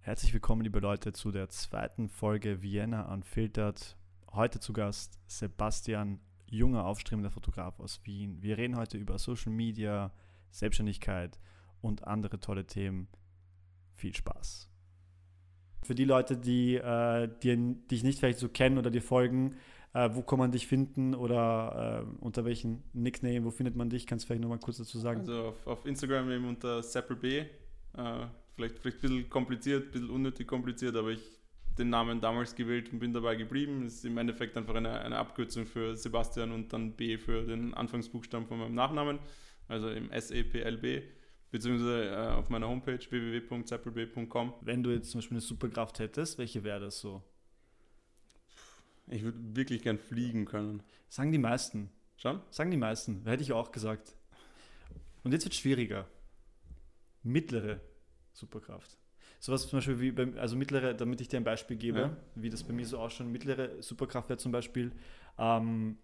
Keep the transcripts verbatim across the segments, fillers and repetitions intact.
Herzlich willkommen, liebe Leute, zu der zweiten Folge Vienna Unfiltered. Heute zu Gast Sebastian, junger, aufstrebender Fotograf aus Wien. Wir reden heute über Social Media, Selbstständigkeit und andere tolle Themen. Viel Spaß. Für die Leute, die äh, dir, dich nicht vielleicht so kennen oder dir folgen, äh, wo kann man dich finden oder äh, unter welchem Nickname, wo findet man dich? Kannst du vielleicht nochmal kurz dazu sagen? Also auf, auf Instagram eben unter seppelb. Äh, vielleicht, vielleicht ein bisschen kompliziert, ein bisschen unnötig kompliziert, aber ich den Namen damals gewählt und bin dabei geblieben. Das ist im Endeffekt einfach eine, eine Abkürzung für Sebastian und dann B für den Anfangsbuchstaben von meinem Nachnamen, also im S E P L B, beziehungsweise äh, auf meiner Homepage w w w punkt seppelb punkt com. Wenn du jetzt zum Beispiel eine Superkraft hättest, welche wäre das so? Ich würde wirklich gern fliegen können. Sagen die meisten. Schon? Sagen die meisten. Hätte ich auch gesagt. Und jetzt wird es schwieriger. Mittlere Superkraft. Sowas zum Beispiel wie, beim, also mittlere, damit ich dir ein Beispiel gebe, ja. Wie das bei mir so ausschaut. Mittlere Superkraft wäre zum Beispiel, ähm,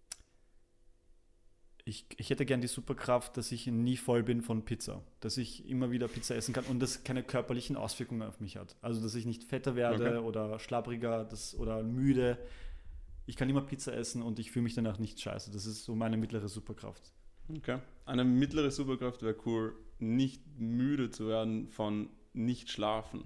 ich, ich hätte gern die Superkraft, dass ich nie voll bin von Pizza. Dass ich immer wieder Pizza essen kann und das keine körperlichen Auswirkungen auf mich hat. Also, dass ich nicht fetter werde okay. oder schlappriger das, oder müde. Ich kann immer Pizza essen und ich fühle mich danach nicht scheiße. Das ist so meine mittlere Superkraft. Okay. Eine mittlere Superkraft wäre cool, nicht müde zu werden von nicht schlafen.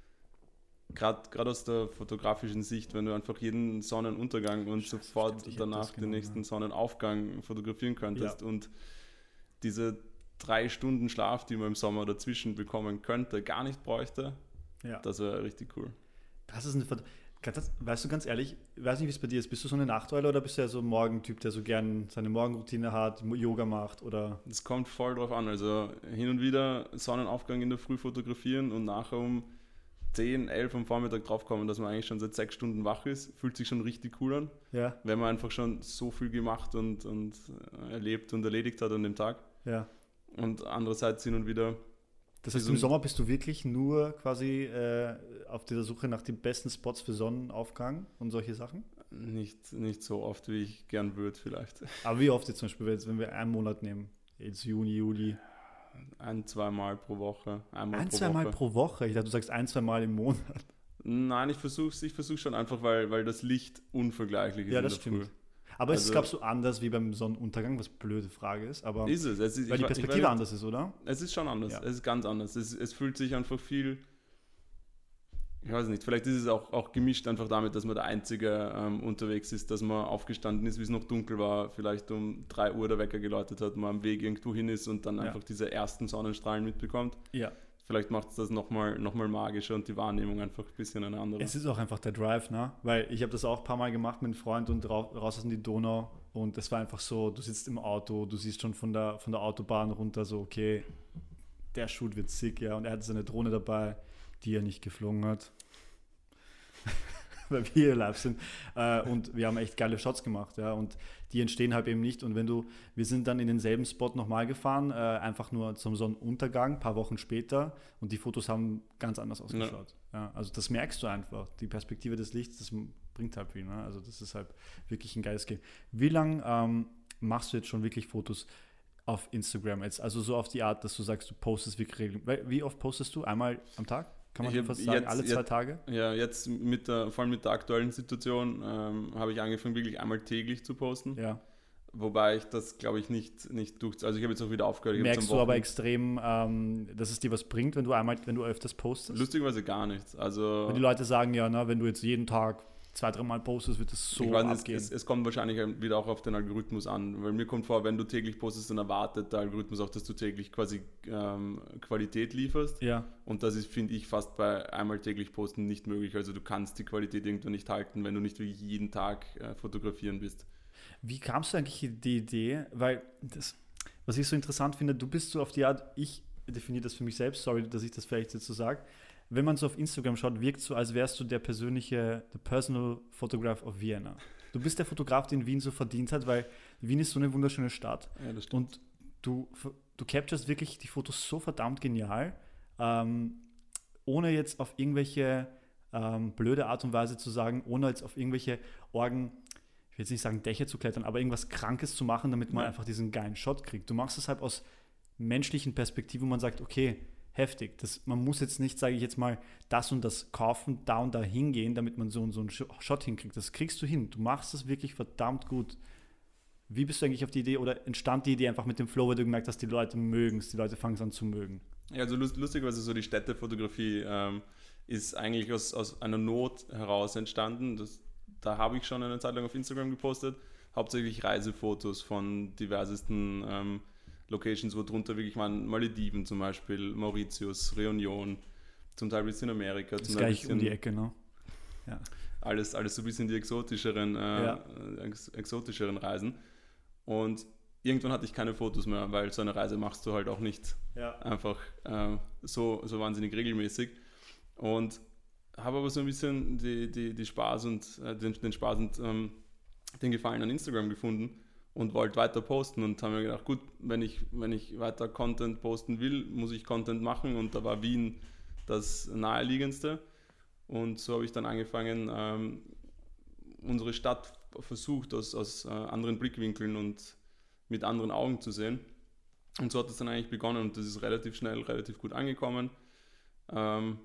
Gerade aus der fotografischen Sicht, wenn du einfach jeden Sonnenuntergang und Scheiße, sofort stimmt, danach den genau, nächsten ja. Sonnenaufgang fotografieren könntest ja. und diese drei Stunden Schlaf, die man im Sommer dazwischen bekommen könnte, gar nicht bräuchte, ja. das wäre richtig cool. Das ist eine Foto- das, weißt du, ganz ehrlich, ich weiß nicht, wie es bei dir ist. Bist du so eine Nachteule oder bist du ja so ein Morgentyp, der so gern seine Morgenroutine hat, Yoga macht oder? Das kommt voll drauf an. Also hin und wieder Sonnenaufgang in der Früh fotografieren und nachher um zehn, elf am Vormittag draufkommen, dass man eigentlich schon seit sechs Stunden wach ist, fühlt sich schon richtig cool an. Ja. Wenn man einfach schon so viel gemacht und, und erlebt und erledigt hat an dem Tag. Ja. Und andererseits hin und wieder. Das heißt, im Sommer bist du wirklich nur quasi äh, auf dieser Suche nach den besten Spots für Sonnenaufgang und solche Sachen? Nicht, nicht so oft, wie ich gern würde vielleicht. Aber wie oft jetzt zum Beispiel, wenn wir einen Monat nehmen? Jetzt Juni, Juli? Ein, zweimal pro Woche. Einmal ein, pro zweimal Woche. pro Woche? Ich dachte, du sagst ein, zweimal im Monat. Nein, ich versuche es ich versuch schon einfach, weil, weil das Licht unvergleichlich ist. Ja, das stimmt. Früh. Aber also, es ist, glaube ich, so anders wie beim Sonnenuntergang, was eine blöde Frage ist. Aber ist es. es ist, weil die Perspektive ich, ich, anders ist, oder? Es ist schon anders. Ja. Es ist ganz anders. Es, es fühlt sich einfach viel, ich weiß nicht, vielleicht ist es auch, auch gemischt einfach damit, dass man der Einzige ähm, unterwegs ist, dass man aufgestanden ist, wie es noch dunkel war, vielleicht um drei Uhr der Wecker geläutet hat, man am Weg irgendwo hin ist und dann ja. einfach diese ersten Sonnenstrahlen mitbekommt. Ja. Vielleicht macht es das nochmal noch mal magischer und die Wahrnehmung einfach ein bisschen eine andere. Es ist auch einfach der Drive, ne? Weil ich habe das auch ein paar Mal gemacht mit einem Freund und raus aus in die Donau und es war einfach so, du sitzt im Auto, du siehst schon von der, von der Autobahn runter so, okay, der Shoot wird sick, ja, und er hatte seine Drohne dabei, die er nicht geflogen hat, weil wir hier live sind äh, und wir haben echt geile Shots gemacht, ja, und die entstehen halt eben nicht und wenn du, wir sind dann in denselben Spot nochmal gefahren, äh, einfach nur zum Sonnenuntergang, ein paar Wochen später und die Fotos haben ganz anders ausgeschaut. Ja. Ja, also das merkst du einfach, die Perspektive des Lichts, das bringt halt viel, ne? Also das ist halt wirklich ein geiles Game. Wie lange ähm, machst du jetzt schon wirklich Fotos auf Instagram jetzt? Also so auf die Art, dass du sagst, du postest wirklich regelmäßig. Wie oft postest du? Einmal am Tag? Kann man fast sagen, jetzt, alle zwei jetzt, Tage? Ja, jetzt mit der, vor allem mit der aktuellen Situation ähm, habe ich angefangen, wirklich einmal täglich zu posten. Ja. Wobei ich das, glaube ich, nicht, nicht durch... Also ich habe jetzt auch wieder aufgehört. Ich Merkst du aber extrem, ähm, dass es dir was bringt, wenn du einmal, wenn du öfters postest? Lustigerweise gar nichts. Also weil die Leute sagen ja, na, wenn du jetzt jeden Tag zwei, dreimal postest, wird das so ich weiß nicht, abgehen. Es, es kommt wahrscheinlich wieder auch auf den Algorithmus an, weil mir kommt vor, wenn du täglich postest, dann erwartet der Algorithmus auch, dass du täglich quasi ähm, Qualität lieferst. Ja. Und das ist, finde ich, fast bei einmal täglich posten nicht möglich. Also du kannst die Qualität irgendwo nicht halten, wenn du nicht wirklich jeden Tag äh, fotografieren bist. Wie kamst du eigentlich die Idee? Weil das, was ich so interessant finde, du bist so auf die Art, ich definiere das für mich selbst, sorry, dass ich das vielleicht jetzt so sage, wenn man so auf Instagram schaut, wirkt so, als wärst du der persönliche, the personal photograph of Vienna. Du bist der Fotograf, den Wien so verdient hat, weil Wien ist so eine wunderschöne Stadt. Ja, das stimmt. Und du, du capturest wirklich die Fotos so verdammt genial, ähm, ohne jetzt auf irgendwelche ähm, blöde Art und Weise zu sagen, ohne jetzt auf irgendwelche Orgen, ich will jetzt nicht sagen Dächer zu klettern, aber irgendwas Krankes zu machen, damit man ja. einfach diesen geilen Shot kriegt. Du machst es halt aus menschlichen Perspektiven, wo man sagt, okay, heftig. Das, man muss jetzt nicht, sage ich jetzt mal, das und das kaufen, da und da hingehen, damit man so, und so einen Shot hinkriegt. Das kriegst du hin. Du machst das wirklich verdammt gut. Wie bist du eigentlich auf die Idee, oder entstand die Idee einfach mit dem Flow, weil du gemerkt hast, die Leute mögen es, die Leute fangen es an zu mögen? Ja, also lustigerweise so die Städtefotografie ähm, ist eigentlich aus, aus einer Not heraus entstanden. Das, da habe ich schon eine Zeit lang auf Instagram gepostet, hauptsächlich Reisefotos von diversesten ähm, Locations, wo drunter wirklich waren Malediven zum Beispiel, Mauritius, Reunion, zum Teil ein bisschen Amerika. Das zum ist Teil gleich bisschen, um die Ecke, ne? Ja. Alles, alles so ein bisschen die exotischeren, äh, Ja. ex exotischeren Reisen. Und irgendwann hatte ich keine Fotos mehr, weil so eine Reise machst du halt auch nicht Ja. einfach äh, so, so wahnsinnig regelmäßig. Und habe aber so ein bisschen die, die, die Spaß und äh, den, den Spaß und ähm, den Gefallen an Instagram gefunden und wollte weiter posten und habe mir gedacht, gut, wenn ich, wenn ich weiter Content posten will, muss ich Content machen, und da war Wien das naheliegendste. Und so habe ich dann angefangen, ähm, unsere Stadt versucht aus, aus äh, anderen Blickwinkeln und mit anderen Augen zu sehen. Und so hat es dann eigentlich begonnen, und das ist relativ schnell, relativ gut angekommen. Ähm,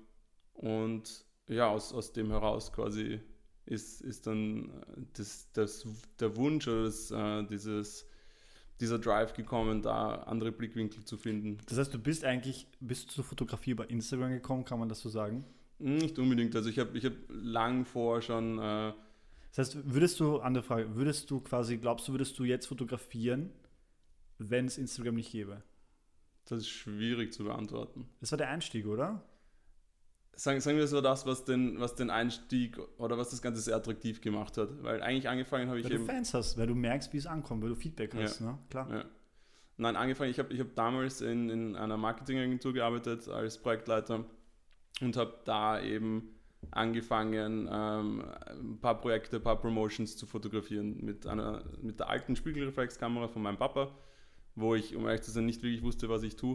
und ja, aus, aus dem heraus quasi ist, ist dann das, das, der Wunsch oder das, äh, dieses, dieser Drive gekommen, da andere Blickwinkel zu finden. Das heißt, du bist eigentlich, bist du zur Fotografie bei Instagram gekommen, kann man das so sagen? Nicht unbedingt, also ich habe ich hab lang vor schon... Äh, Das heißt, würdest du, andere Frage, würdest du quasi, glaubst du, würdest du jetzt fotografieren, wenn es Instagram nicht gäbe? Das ist schwierig zu beantworten. Das war der Einstieg, oder? Sagen, sagen wir, das war das, was den, was den Einstieg oder was das Ganze sehr attraktiv gemacht hat. Weil eigentlich angefangen habe ich weil eben... Weil du Fans hast, weil du merkst, wie es ankommt, weil du Feedback hast, ja. ne? Klar. Ja. Nein, angefangen, ich habe ich hab damals in, in einer Marketingagentur gearbeitet als Projektleiter und habe da eben angefangen, ähm, ein paar Projekte, ein paar Promotions zu fotografieren mit, einer, mit der alten Spiegelreflexkamera von meinem Papa, wo ich, um ehrlich zu sein, nicht wirklich wusste, was ich tue.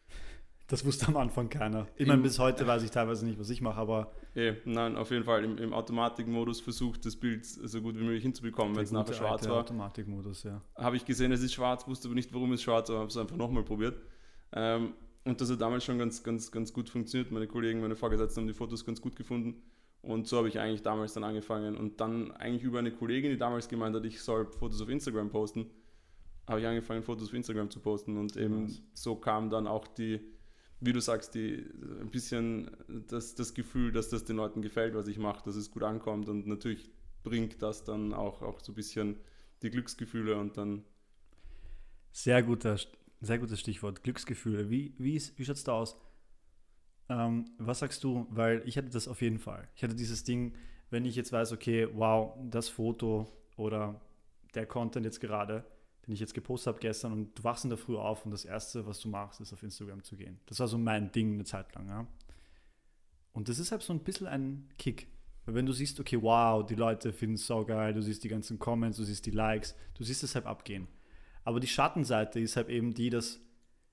Das wusste am Anfang keiner. Ich meine, bis heute weiß ich teilweise nicht, was ich mache, aber... Eh, nein, auf jeden Fall im, im Automatikmodus versucht, das Bild so gut wie möglich hinzubekommen, wenn es nachher schwarz war. Automatikmodus, ja. Habe ich gesehen, es ist schwarz, wusste aber nicht, warum es schwarz war, habe es einfach nochmal probiert. Ähm, und das hat damals schon ganz, ganz, ganz gut funktioniert. Meine Kollegen, meine Vorgesetzten haben die Fotos ganz gut gefunden. Und so habe ich eigentlich damals dann angefangen. Und dann eigentlich über eine Kollegin, die damals gemeint hat, ich soll Fotos auf Instagram posten, habe ich angefangen, Fotos auf Instagram zu posten. Und eben Was? so kam dann auch die, wie du sagst, die, ein bisschen das, das Gefühl, dass das den Leuten gefällt, was ich mache, dass es gut ankommt. Und natürlich bringt das dann auch, auch so ein bisschen die Glücksgefühle und dann... Sehr guter, sehr gutes Stichwort, Glücksgefühle. Wie, wie, wie schaut es da aus? Ähm, was sagst du? Weil ich hatte das auf jeden Fall. Ich hatte dieses Ding, wenn ich jetzt weiß, okay, wow, das Foto oder der Content jetzt gerade, den ich jetzt gepostet habe gestern, und du wachst in der Früh auf und das Erste, was du machst, ist auf Instagram zu gehen. Das war so mein Ding eine Zeit lang. Ja? Und das ist halt so ein bisschen ein Kick. Weil wenn du siehst, okay, wow, die Leute finden es so geil, du siehst die ganzen Comments, du siehst die Likes, du siehst es halt abgehen. Aber die Schattenseite ist halt eben die, dass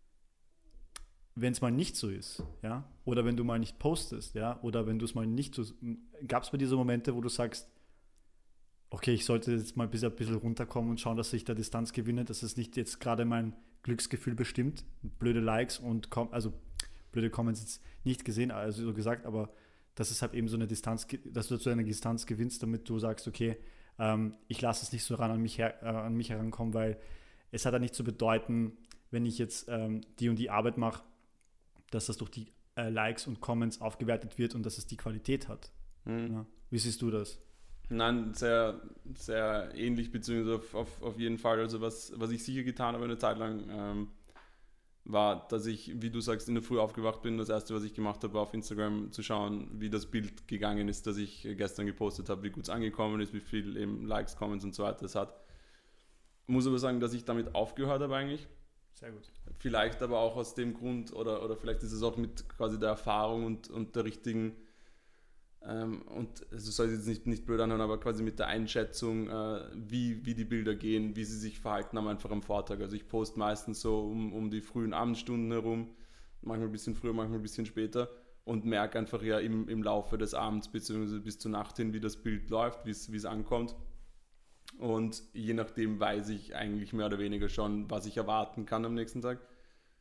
wenn es mal nicht so ist, ja, oder wenn du mal nicht postest, ja, oder wenn du es mal nicht so, gab es bei dir so Momente, wo du sagst, okay, ich sollte jetzt mal ein bisschen, ein bisschen runterkommen und schauen, dass ich da Distanz gewinne, dass es nicht jetzt gerade mein Glücksgefühl bestimmt, blöde Likes und, also blöde Comments jetzt nicht gesehen, also so gesagt, aber dass es halt eben so eine Distanz, dass du zu einer Distanz gewinnst, damit du sagst, okay, ähm, ich lasse es nicht so ran an mich, her, äh, an mich herankommen, weil es hat ja nicht zu bedeuten, wenn ich jetzt ähm, die und die Arbeit mache, dass das durch die äh, Likes und Comments aufgewertet wird und dass es die Qualität hat. Hm. Ja. Wie siehst du das? Nein, sehr, sehr ähnlich, beziehungsweise auf, auf, auf jeden Fall. Also was, was ich sicher getan habe eine Zeit lang, ähm, war, dass ich, wie du sagst, in der Früh aufgewacht bin. Das Erste, was ich gemacht habe, war auf Instagram zu schauen, wie das Bild gegangen ist, das ich gestern gepostet habe, wie gut es angekommen ist, wie viel eben Likes, Comments und so weiter es hat. Ich muss aber sagen, dass ich damit aufgehört habe eigentlich. Sehr gut. Vielleicht aber auch aus dem Grund, oder, oder vielleicht ist es auch mit quasi der Erfahrung und, und der richtigen, ähm, und es soll jetzt nicht, nicht blöd anhören, aber quasi mit der Einschätzung, äh, wie, wie die Bilder gehen, wie sie sich verhalten haben, einfach am Vortag. Also ich poste meistens so um, um die frühen Abendstunden herum, manchmal ein bisschen früher, manchmal ein bisschen später, und merke einfach ja im, im Laufe des Abends bzw. bis zur Nacht hin, wie das Bild läuft, wie es ankommt. Und je nachdem weiß ich eigentlich mehr oder weniger schon, was ich erwarten kann am nächsten Tag.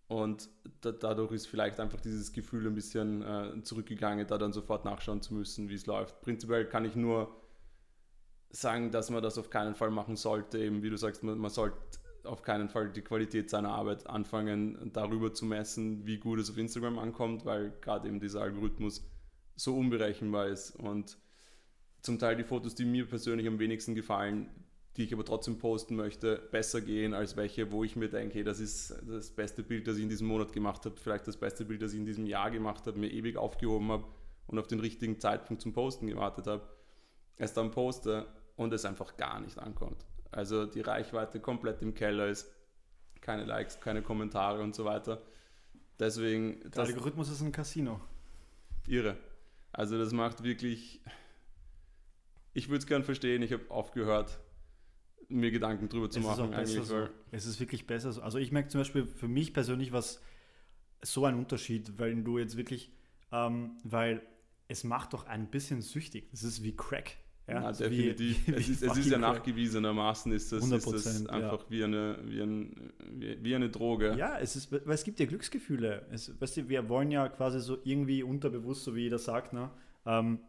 Und da, dadurch ist vielleicht einfach dieses Gefühl ein bisschen äh, zurückgegangen, da dann sofort nachschauen zu müssen, wie es läuft. Prinzipiell kann ich nur sagen, dass man das auf keinen Fall machen sollte. Eben wie du sagst, man, man sollte auf keinen Fall die Qualität seiner Arbeit anfangen, darüber zu messen, wie gut es auf Instagram ankommt, weil gerade eben dieser Algorithmus so unberechenbar ist und zum Teil die Fotos, die mir persönlich am wenigsten gefallen, die ich aber trotzdem posten möchte, besser gehen als welche, wo ich mir denke, hey, das ist das beste Bild, das ich in diesem Monat gemacht habe, vielleicht das beste Bild, das ich in diesem Jahr gemacht habe, mir ewig aufgehoben habe und auf den richtigen Zeitpunkt zum Posten gewartet habe, es dann poste und es einfach gar nicht ankommt. Also die Reichweite komplett im Keller ist, keine Likes, keine Kommentare und so weiter. Deswegen... Der Algorithmus ist ein Casino. Irre. Also das macht wirklich... Ich würde es gern verstehen, ich habe aufgehört, mir Gedanken drüber zu es machen. Ist eigentlich, so. Es ist wirklich besser so. Also ich merke zum Beispiel für mich persönlich was so ein Unterschied, weil du jetzt wirklich, ähm, weil es macht doch ein bisschen süchtig. Es ist wie Crack. Ja, ja also definitiv. Wie, es, ist, es ist ja nachgewiesenermaßen, ist das, ist das einfach ja. wie, eine, wie, ein, wie, wie eine Droge. Ja, es ist, weil es gibt ja Glücksgefühle. Es, weißt du, wir wollen ja quasi so irgendwie unterbewusst, so wie jeder sagt, ne, ähm,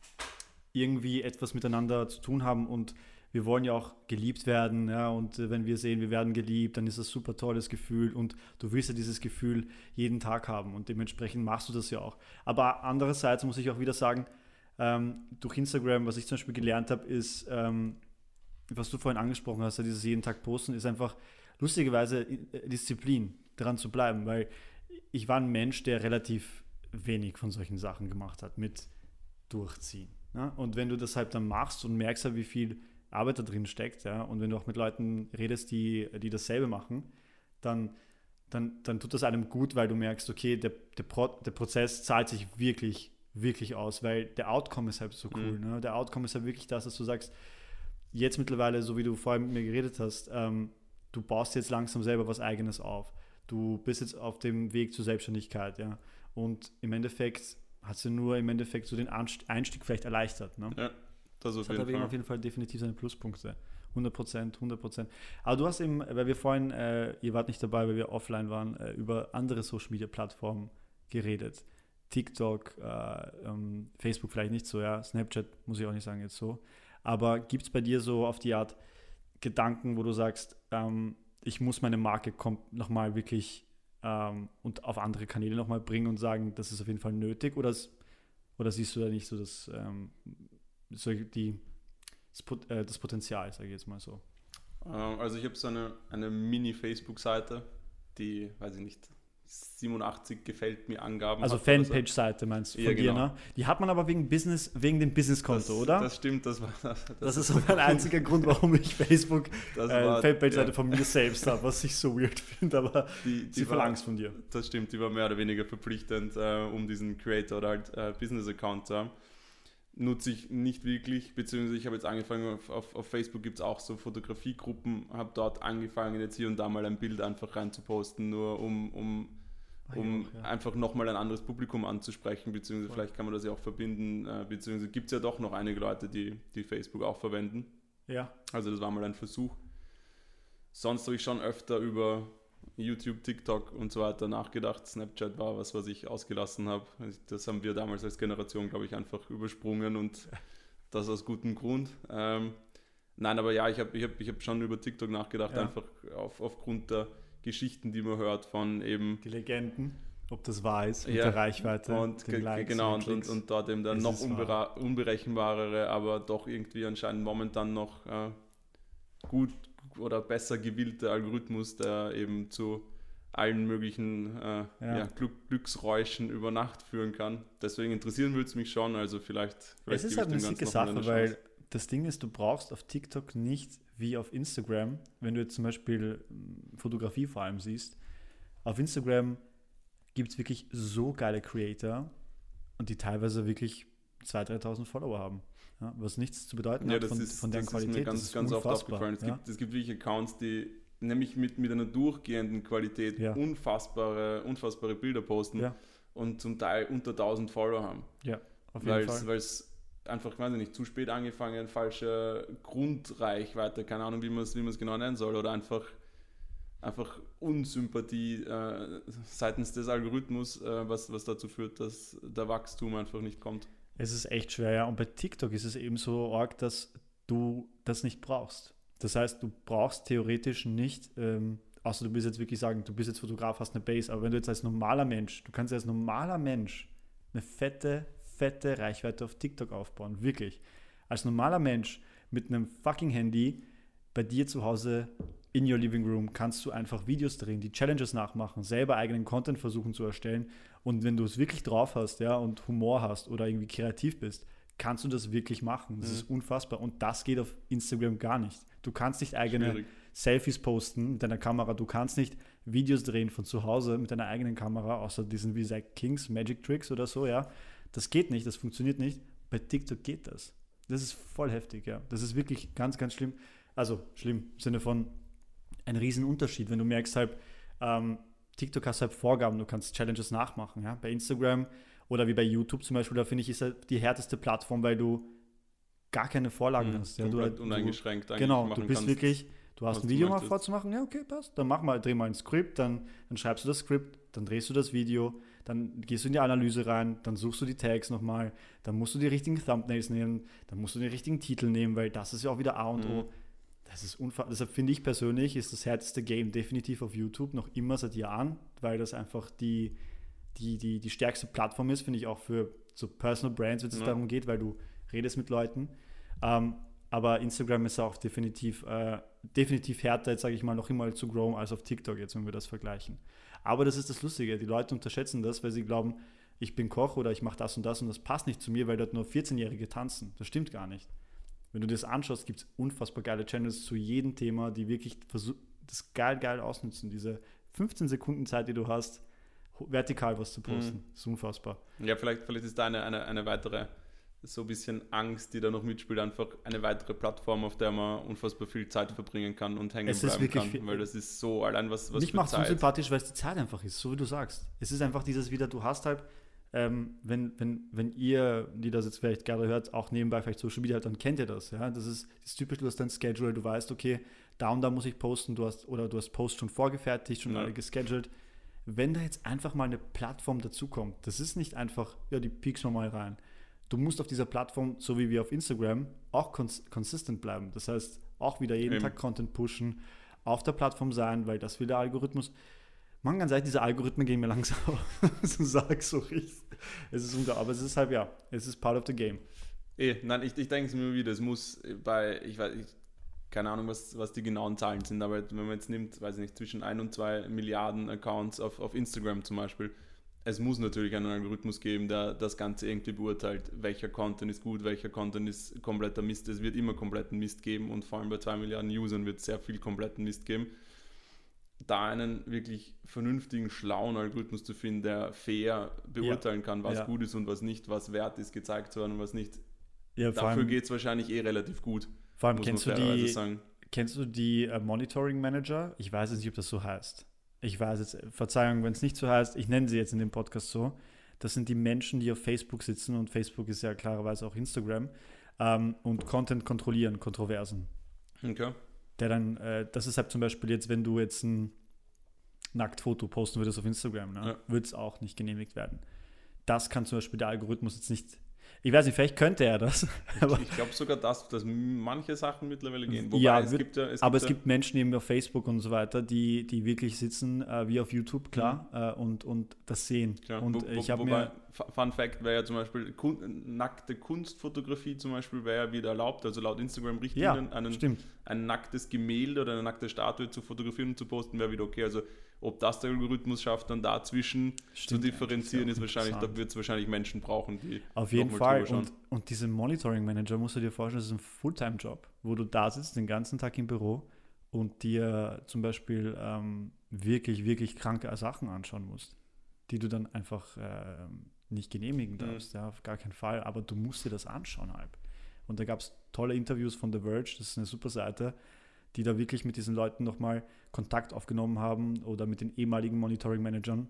irgendwie etwas miteinander zu tun haben und wir wollen ja auch geliebt werden, ja, und äh, wenn wir sehen, wir werden geliebt, dann ist das ein super tolles Gefühl und du willst ja dieses Gefühl jeden Tag haben und dementsprechend machst du das ja auch. Aber andererseits muss ich auch wieder sagen, ähm, durch Instagram, was ich zum Beispiel gelernt habe, ist, ähm, was du vorhin angesprochen hast, ja, dieses jeden Tag posten, ist einfach lustigerweise Disziplin, daran zu bleiben, weil ich war ein Mensch, der relativ wenig von solchen Sachen gemacht hat, mit Durchziehen. Ja? Und wenn du das halt dann machst und merkst halt, wie viel Arbeit da drin steckt, ja, und wenn du auch mit Leuten redest, die, die dasselbe machen, dann, dann, dann tut das einem gut, weil du merkst, okay, der, der, Pro, der Prozess zahlt sich wirklich, wirklich aus, weil der Outcome ist halt so cool. Mhm. Ne? Der Outcome ist halt wirklich das, dass du sagst, jetzt mittlerweile, so wie du vorhin mit mir geredet hast, ähm, du baust jetzt langsam selber was Eigenes auf. Du bist jetzt auf dem Weg zur Selbstständigkeit, ja, und im Endeffekt hat sie nur im Endeffekt so den Einstieg vielleicht erleichtert. Ne? Ja, das auf das jeden hat Fall. auf jeden Fall definitiv seine Pluspunkte. hundert Prozent, hundert Prozent. Aber du hast eben, weil wir vorhin, äh, ihr wart nicht dabei, weil wir offline waren, äh, über andere Social-Media-Plattformen geredet. TikTok, äh, ähm, Facebook vielleicht nicht so, ja, Snapchat muss ich auch nicht sagen jetzt so. Aber gibt es bei dir so auf die Art Gedanken, wo du sagst, ähm, ich muss meine Marke nochmal wirklich ähm, und auf andere Kanäle nochmal bringen und sagen, das ist auf jeden Fall nötig, oder, oder siehst du da nicht so das, ähm, so die, das, äh, das Potenzial, sage ich jetzt mal so? Also ich habe so eine, eine Mini-Facebook-Seite, die, weiß ich nicht, siebenundachtzig gefällt mir Angaben. Also Fanpage-Seite meinst du von ja, dir, genau. Ne? Die hat man aber wegen Business, wegen dem Businesskonto, das, oder? Das stimmt, das war das, das ist so mein einziger Grund, warum ich Facebook äh, Fanpage-Seite ja. von mir selbst habe, was ich so weird finde, aber die, die sie verlangt von dir. Das stimmt, die war mehr oder weniger verpflichtend, äh, um diesen Creator oder halt äh, Business-Account zu haben. Nutze ich nicht wirklich, beziehungsweise ich habe jetzt angefangen, auf, auf, auf Facebook gibt es auch so Fotografiegruppen, habe dort angefangen, jetzt hier und da mal ein Bild einfach rein zu posten, nur um, um, um auch, ja. einfach nochmal ein anderes Publikum anzusprechen, beziehungsweise Voll. Vielleicht kann man das ja auch verbinden, äh, beziehungsweise gibt es ja doch noch einige Leute, die, die Facebook auch verwenden. Ja. Also das war mal ein Versuch. Sonst habe ich schon öfter über YouTube, TikTok und so weiter nachgedacht. Snapchat war was, was ich ausgelassen habe. Das haben wir damals als Generation, glaube ich, einfach übersprungen und das aus gutem Grund. Ähm, nein, aber ja, ich habe ich hab, ich hab schon über TikTok nachgedacht, ja. einfach auf, aufgrund der Geschichten, die man hört von eben... Die Legenden, ob das wahr ist, mit ja, der Reichweite, und den Likes, genau, und, und, und dort eben der es noch unbere- unberechenbarere, aber doch irgendwie anscheinend momentan noch äh, gut oder besser gewillte Algorithmus, der eben zu allen möglichen äh, ja. Ja, Glück, Glücksräuschen über Nacht führen kann. Deswegen interessieren würde es mich schon, also vielleicht, vielleicht es ist halt eine sicke Sache, eine weil das Ding ist, du brauchst auf TikTok nicht wie auf Instagram, wenn du jetzt zum Beispiel Fotografie vor allem siehst, auf Instagram gibt es wirklich so geile Creator und die teilweise wirklich zweitausend, dreitausend Follower haben. Ja, was nichts zu bedeuten ja, hat das von, ist, von deren das Qualität. Ist mir ganz, das ist ganz oft unfassbar. aufgefallen. Es, ja. gibt, es gibt wirklich Accounts, die nämlich mit, mit einer durchgehenden Qualität ja. unfassbare, unfassbare Bilder posten ja. und zum Teil unter tausend Follower haben. Ja, auf jeden weil's, Fall. Weil es einfach, weiß ich nicht, zu spät angefangen, falsche Grundreichweite, keine Ahnung, wie man es wie man es genau nennen soll, oder einfach einfach Unsympathie äh, seitens des Algorithmus, äh, was, was dazu führt, dass der Wachstum einfach nicht kommt. Es ist echt schwer, ja. Und bei TikTok ist es eben so arg, dass du das nicht brauchst. Das heißt, du brauchst theoretisch nicht, ähm, außer du bist jetzt wirklich sagen, du bist jetzt Fotograf, hast eine Base, aber wenn du jetzt als normaler Mensch, du kannst ja als normaler Mensch eine fette, fette Reichweite auf TikTok aufbauen, wirklich. Als normaler Mensch mit einem fucking Handy bei dir zu Hause in your living room kannst du einfach Videos drehen, die Challenges nachmachen, selber eigenen Content versuchen zu erstellen und wenn du es wirklich drauf hast, ja, und Humor hast oder irgendwie kreativ bist, kannst du das wirklich machen. Das mhm. ist unfassbar und das geht auf Instagram gar nicht. Du kannst nicht eigene Schwierig. Selfies posten mit deiner Kamera, du kannst nicht Videos drehen von zu Hause mit deiner eigenen Kamera, außer diesen wie Zach Kings Magic Tricks oder so, ja. Das geht nicht, das funktioniert nicht. Bei TikTok geht das. Das ist voll heftig, ja. Das ist wirklich ganz, ganz schlimm. Also schlimm im Sinne von ein Riesenunterschied, wenn du merkst halt, ähm, TikTok hast halt Vorgaben, du kannst Challenges nachmachen, ja. Bei Instagram oder wie bei YouTube zum Beispiel, da finde ich, ist halt die härteste Plattform, weil du gar keine Vorlagen mhm, hast. Ja. Du halt, uneingeschränkt eigentlich genau, machen du bist kannst, wirklich, du hast ein Video mal vorzumachen, ja okay, passt, dann mach mal, dreh mal ein Skript, dann, dann schreibst du das Skript, dann drehst du das Video, dann gehst du in die Analyse rein, dann suchst du die Tags nochmal, dann musst du die richtigen Thumbnails nehmen, dann musst du den richtigen Titel nehmen, weil das ist ja auch wieder A und O. Mhm. Das ist unfassbar. Deshalb finde ich persönlich, ist das härteste Game definitiv auf YouTube, noch immer seit Jahren, weil das einfach die, die, die, die stärkste Plattform ist, finde ich auch für so Personal Brands, wenn es ja. darum geht, weil du redest mit Leuten. Ähm, aber Instagram ist auch definitiv, äh, definitiv härter, jetzt sage ich mal, noch immer zu growen als auf TikTok, jetzt wenn wir das vergleichen. Aber das ist das Lustige, die Leute unterschätzen das, weil sie glauben, ich bin Koch oder ich mache das und das und das passt nicht zu mir, weil dort nur vierzehnjährige tanzen. Das stimmt gar nicht. Wenn du das anschaust, gibt es unfassbar geile Channels zu jedem Thema, die wirklich das geil, geil ausnutzen. Diese fünfzehn Sekunden Zeit, die du hast, vertikal was zu posten. Mhm. Das ist unfassbar. Ja, vielleicht, vielleicht ist da eine, eine, eine weitere, so ein bisschen Angst, die da noch mitspielt, einfach eine weitere Plattform, auf der man unfassbar viel Zeit verbringen kann und hängen es bleiben kann, viel, weil das ist so allein was, was mich macht es unsympathisch, weil es die Zeit einfach ist, so wie du sagst. Es ist einfach dieses wieder, du hast halt Ähm, wenn, wenn, wenn ihr, die das jetzt vielleicht gerade hört, auch nebenbei vielleicht Social Media hat, dann kennt ihr das. Ja? Das ist, das ist typisch, du hast dein Schedule, du weißt, okay, da und da muss ich posten, du hast, oder du hast Post schon vorgefertigt, schon ja. alle gescheduled. Wenn da jetzt einfach mal eine Plattform dazukommt, das ist nicht einfach, ja, die piekst wir mal rein. Du musst auf dieser Plattform, so wie wir auf Instagram, auch cons- consistent bleiben. Das heißt, auch wieder jeden Eben. Tag Content pushen, auf der Plattform sein, weil das will der Algorithmus. Man kann sagen, diese Algorithmen gehen mir langsam auf. So sag so richtig. Es ist unglaublich, aber es ist halt, ja, es ist part of the game. Eh, nein, ich, ich denke es mir wieder, es muss bei, ich weiß, ich, keine Ahnung, was, was die genauen Zahlen sind, aber wenn man jetzt nimmt, weiß ich nicht, zwischen ein und zwei Milliarden Accounts auf, auf Instagram zum Beispiel, es muss natürlich einen Algorithmus geben, der das Ganze irgendwie beurteilt, welcher Content ist gut, welcher Content ist kompletter Mist. Es wird immer kompletten Mist geben und vor allem bei zwei Milliarden Usern wird es sehr viel kompletten Mist geben. Da einen wirklich vernünftigen, schlauen Algorithmus zu finden, der fair beurteilen ja. kann, was ja. gut ist und was nicht, was wert ist, gezeigt zu werden und was nicht. Ja, dafür geht es wahrscheinlich eh relativ gut. Vor allem kennst du, die, kennst du die uh, Monitoring Manager? Ich weiß jetzt nicht, ob das so heißt. Ich weiß jetzt, Verzeihung, wenn es nicht so heißt, ich nenne sie jetzt in dem Podcast so. Das sind die Menschen, die auf Facebook sitzen und Facebook ist ja klarerweise auch Instagram ähm, und Content kontrollieren, Kontroversen. Okay. Der dann, äh, das ist halt zum Beispiel jetzt, wenn du jetzt ein Nacktfoto posten würdest auf Instagram, ne, ja. würde es auch nicht genehmigt werden. Das kann zum Beispiel der Algorithmus jetzt nicht, ich weiß nicht, vielleicht könnte er das. Aber ich glaube sogar, dass, dass manche Sachen mittlerweile gehen. Wobei ja, es wird, gibt ja, es aber gibt es gibt Menschen eben auf Facebook und so weiter, die, die wirklich sitzen, äh, wie auf YouTube, klar, mhm. äh, und, und das sehen. Klar. Und wo, wo, ich habe mir... Fun Fact wäre ja zum Beispiel, kun- nackte Kunstfotografie zum Beispiel wäre ja wieder erlaubt, also laut Instagram-Richtlinien, ja, einen, ein nacktes Gemälde oder eine nackte Statue zu fotografieren und zu posten, wäre wieder okay. Also ob das der Algorithmus schafft, dann dazwischen Stimmt, zu differenzieren, ist wahrscheinlich, da wird es wahrscheinlich Menschen brauchen, die auf jeden Fall. Und, und diese Monitoring-Manager, musst du dir vorstellen, das ist ein Fulltime-Job, wo du da sitzt den ganzen Tag im Büro und dir zum Beispiel ähm, wirklich, wirklich kranke Sachen anschauen musst, die du dann einfach äh, nicht genehmigen darfst, mhm. ja, auf gar keinen Fall, aber du musst dir das anschauen halt. Und da gab es tolle Interviews von The Verge, das ist eine super Seite, die da wirklich mit diesen Leuten nochmal Kontakt aufgenommen haben oder mit den ehemaligen Monitoring-Managern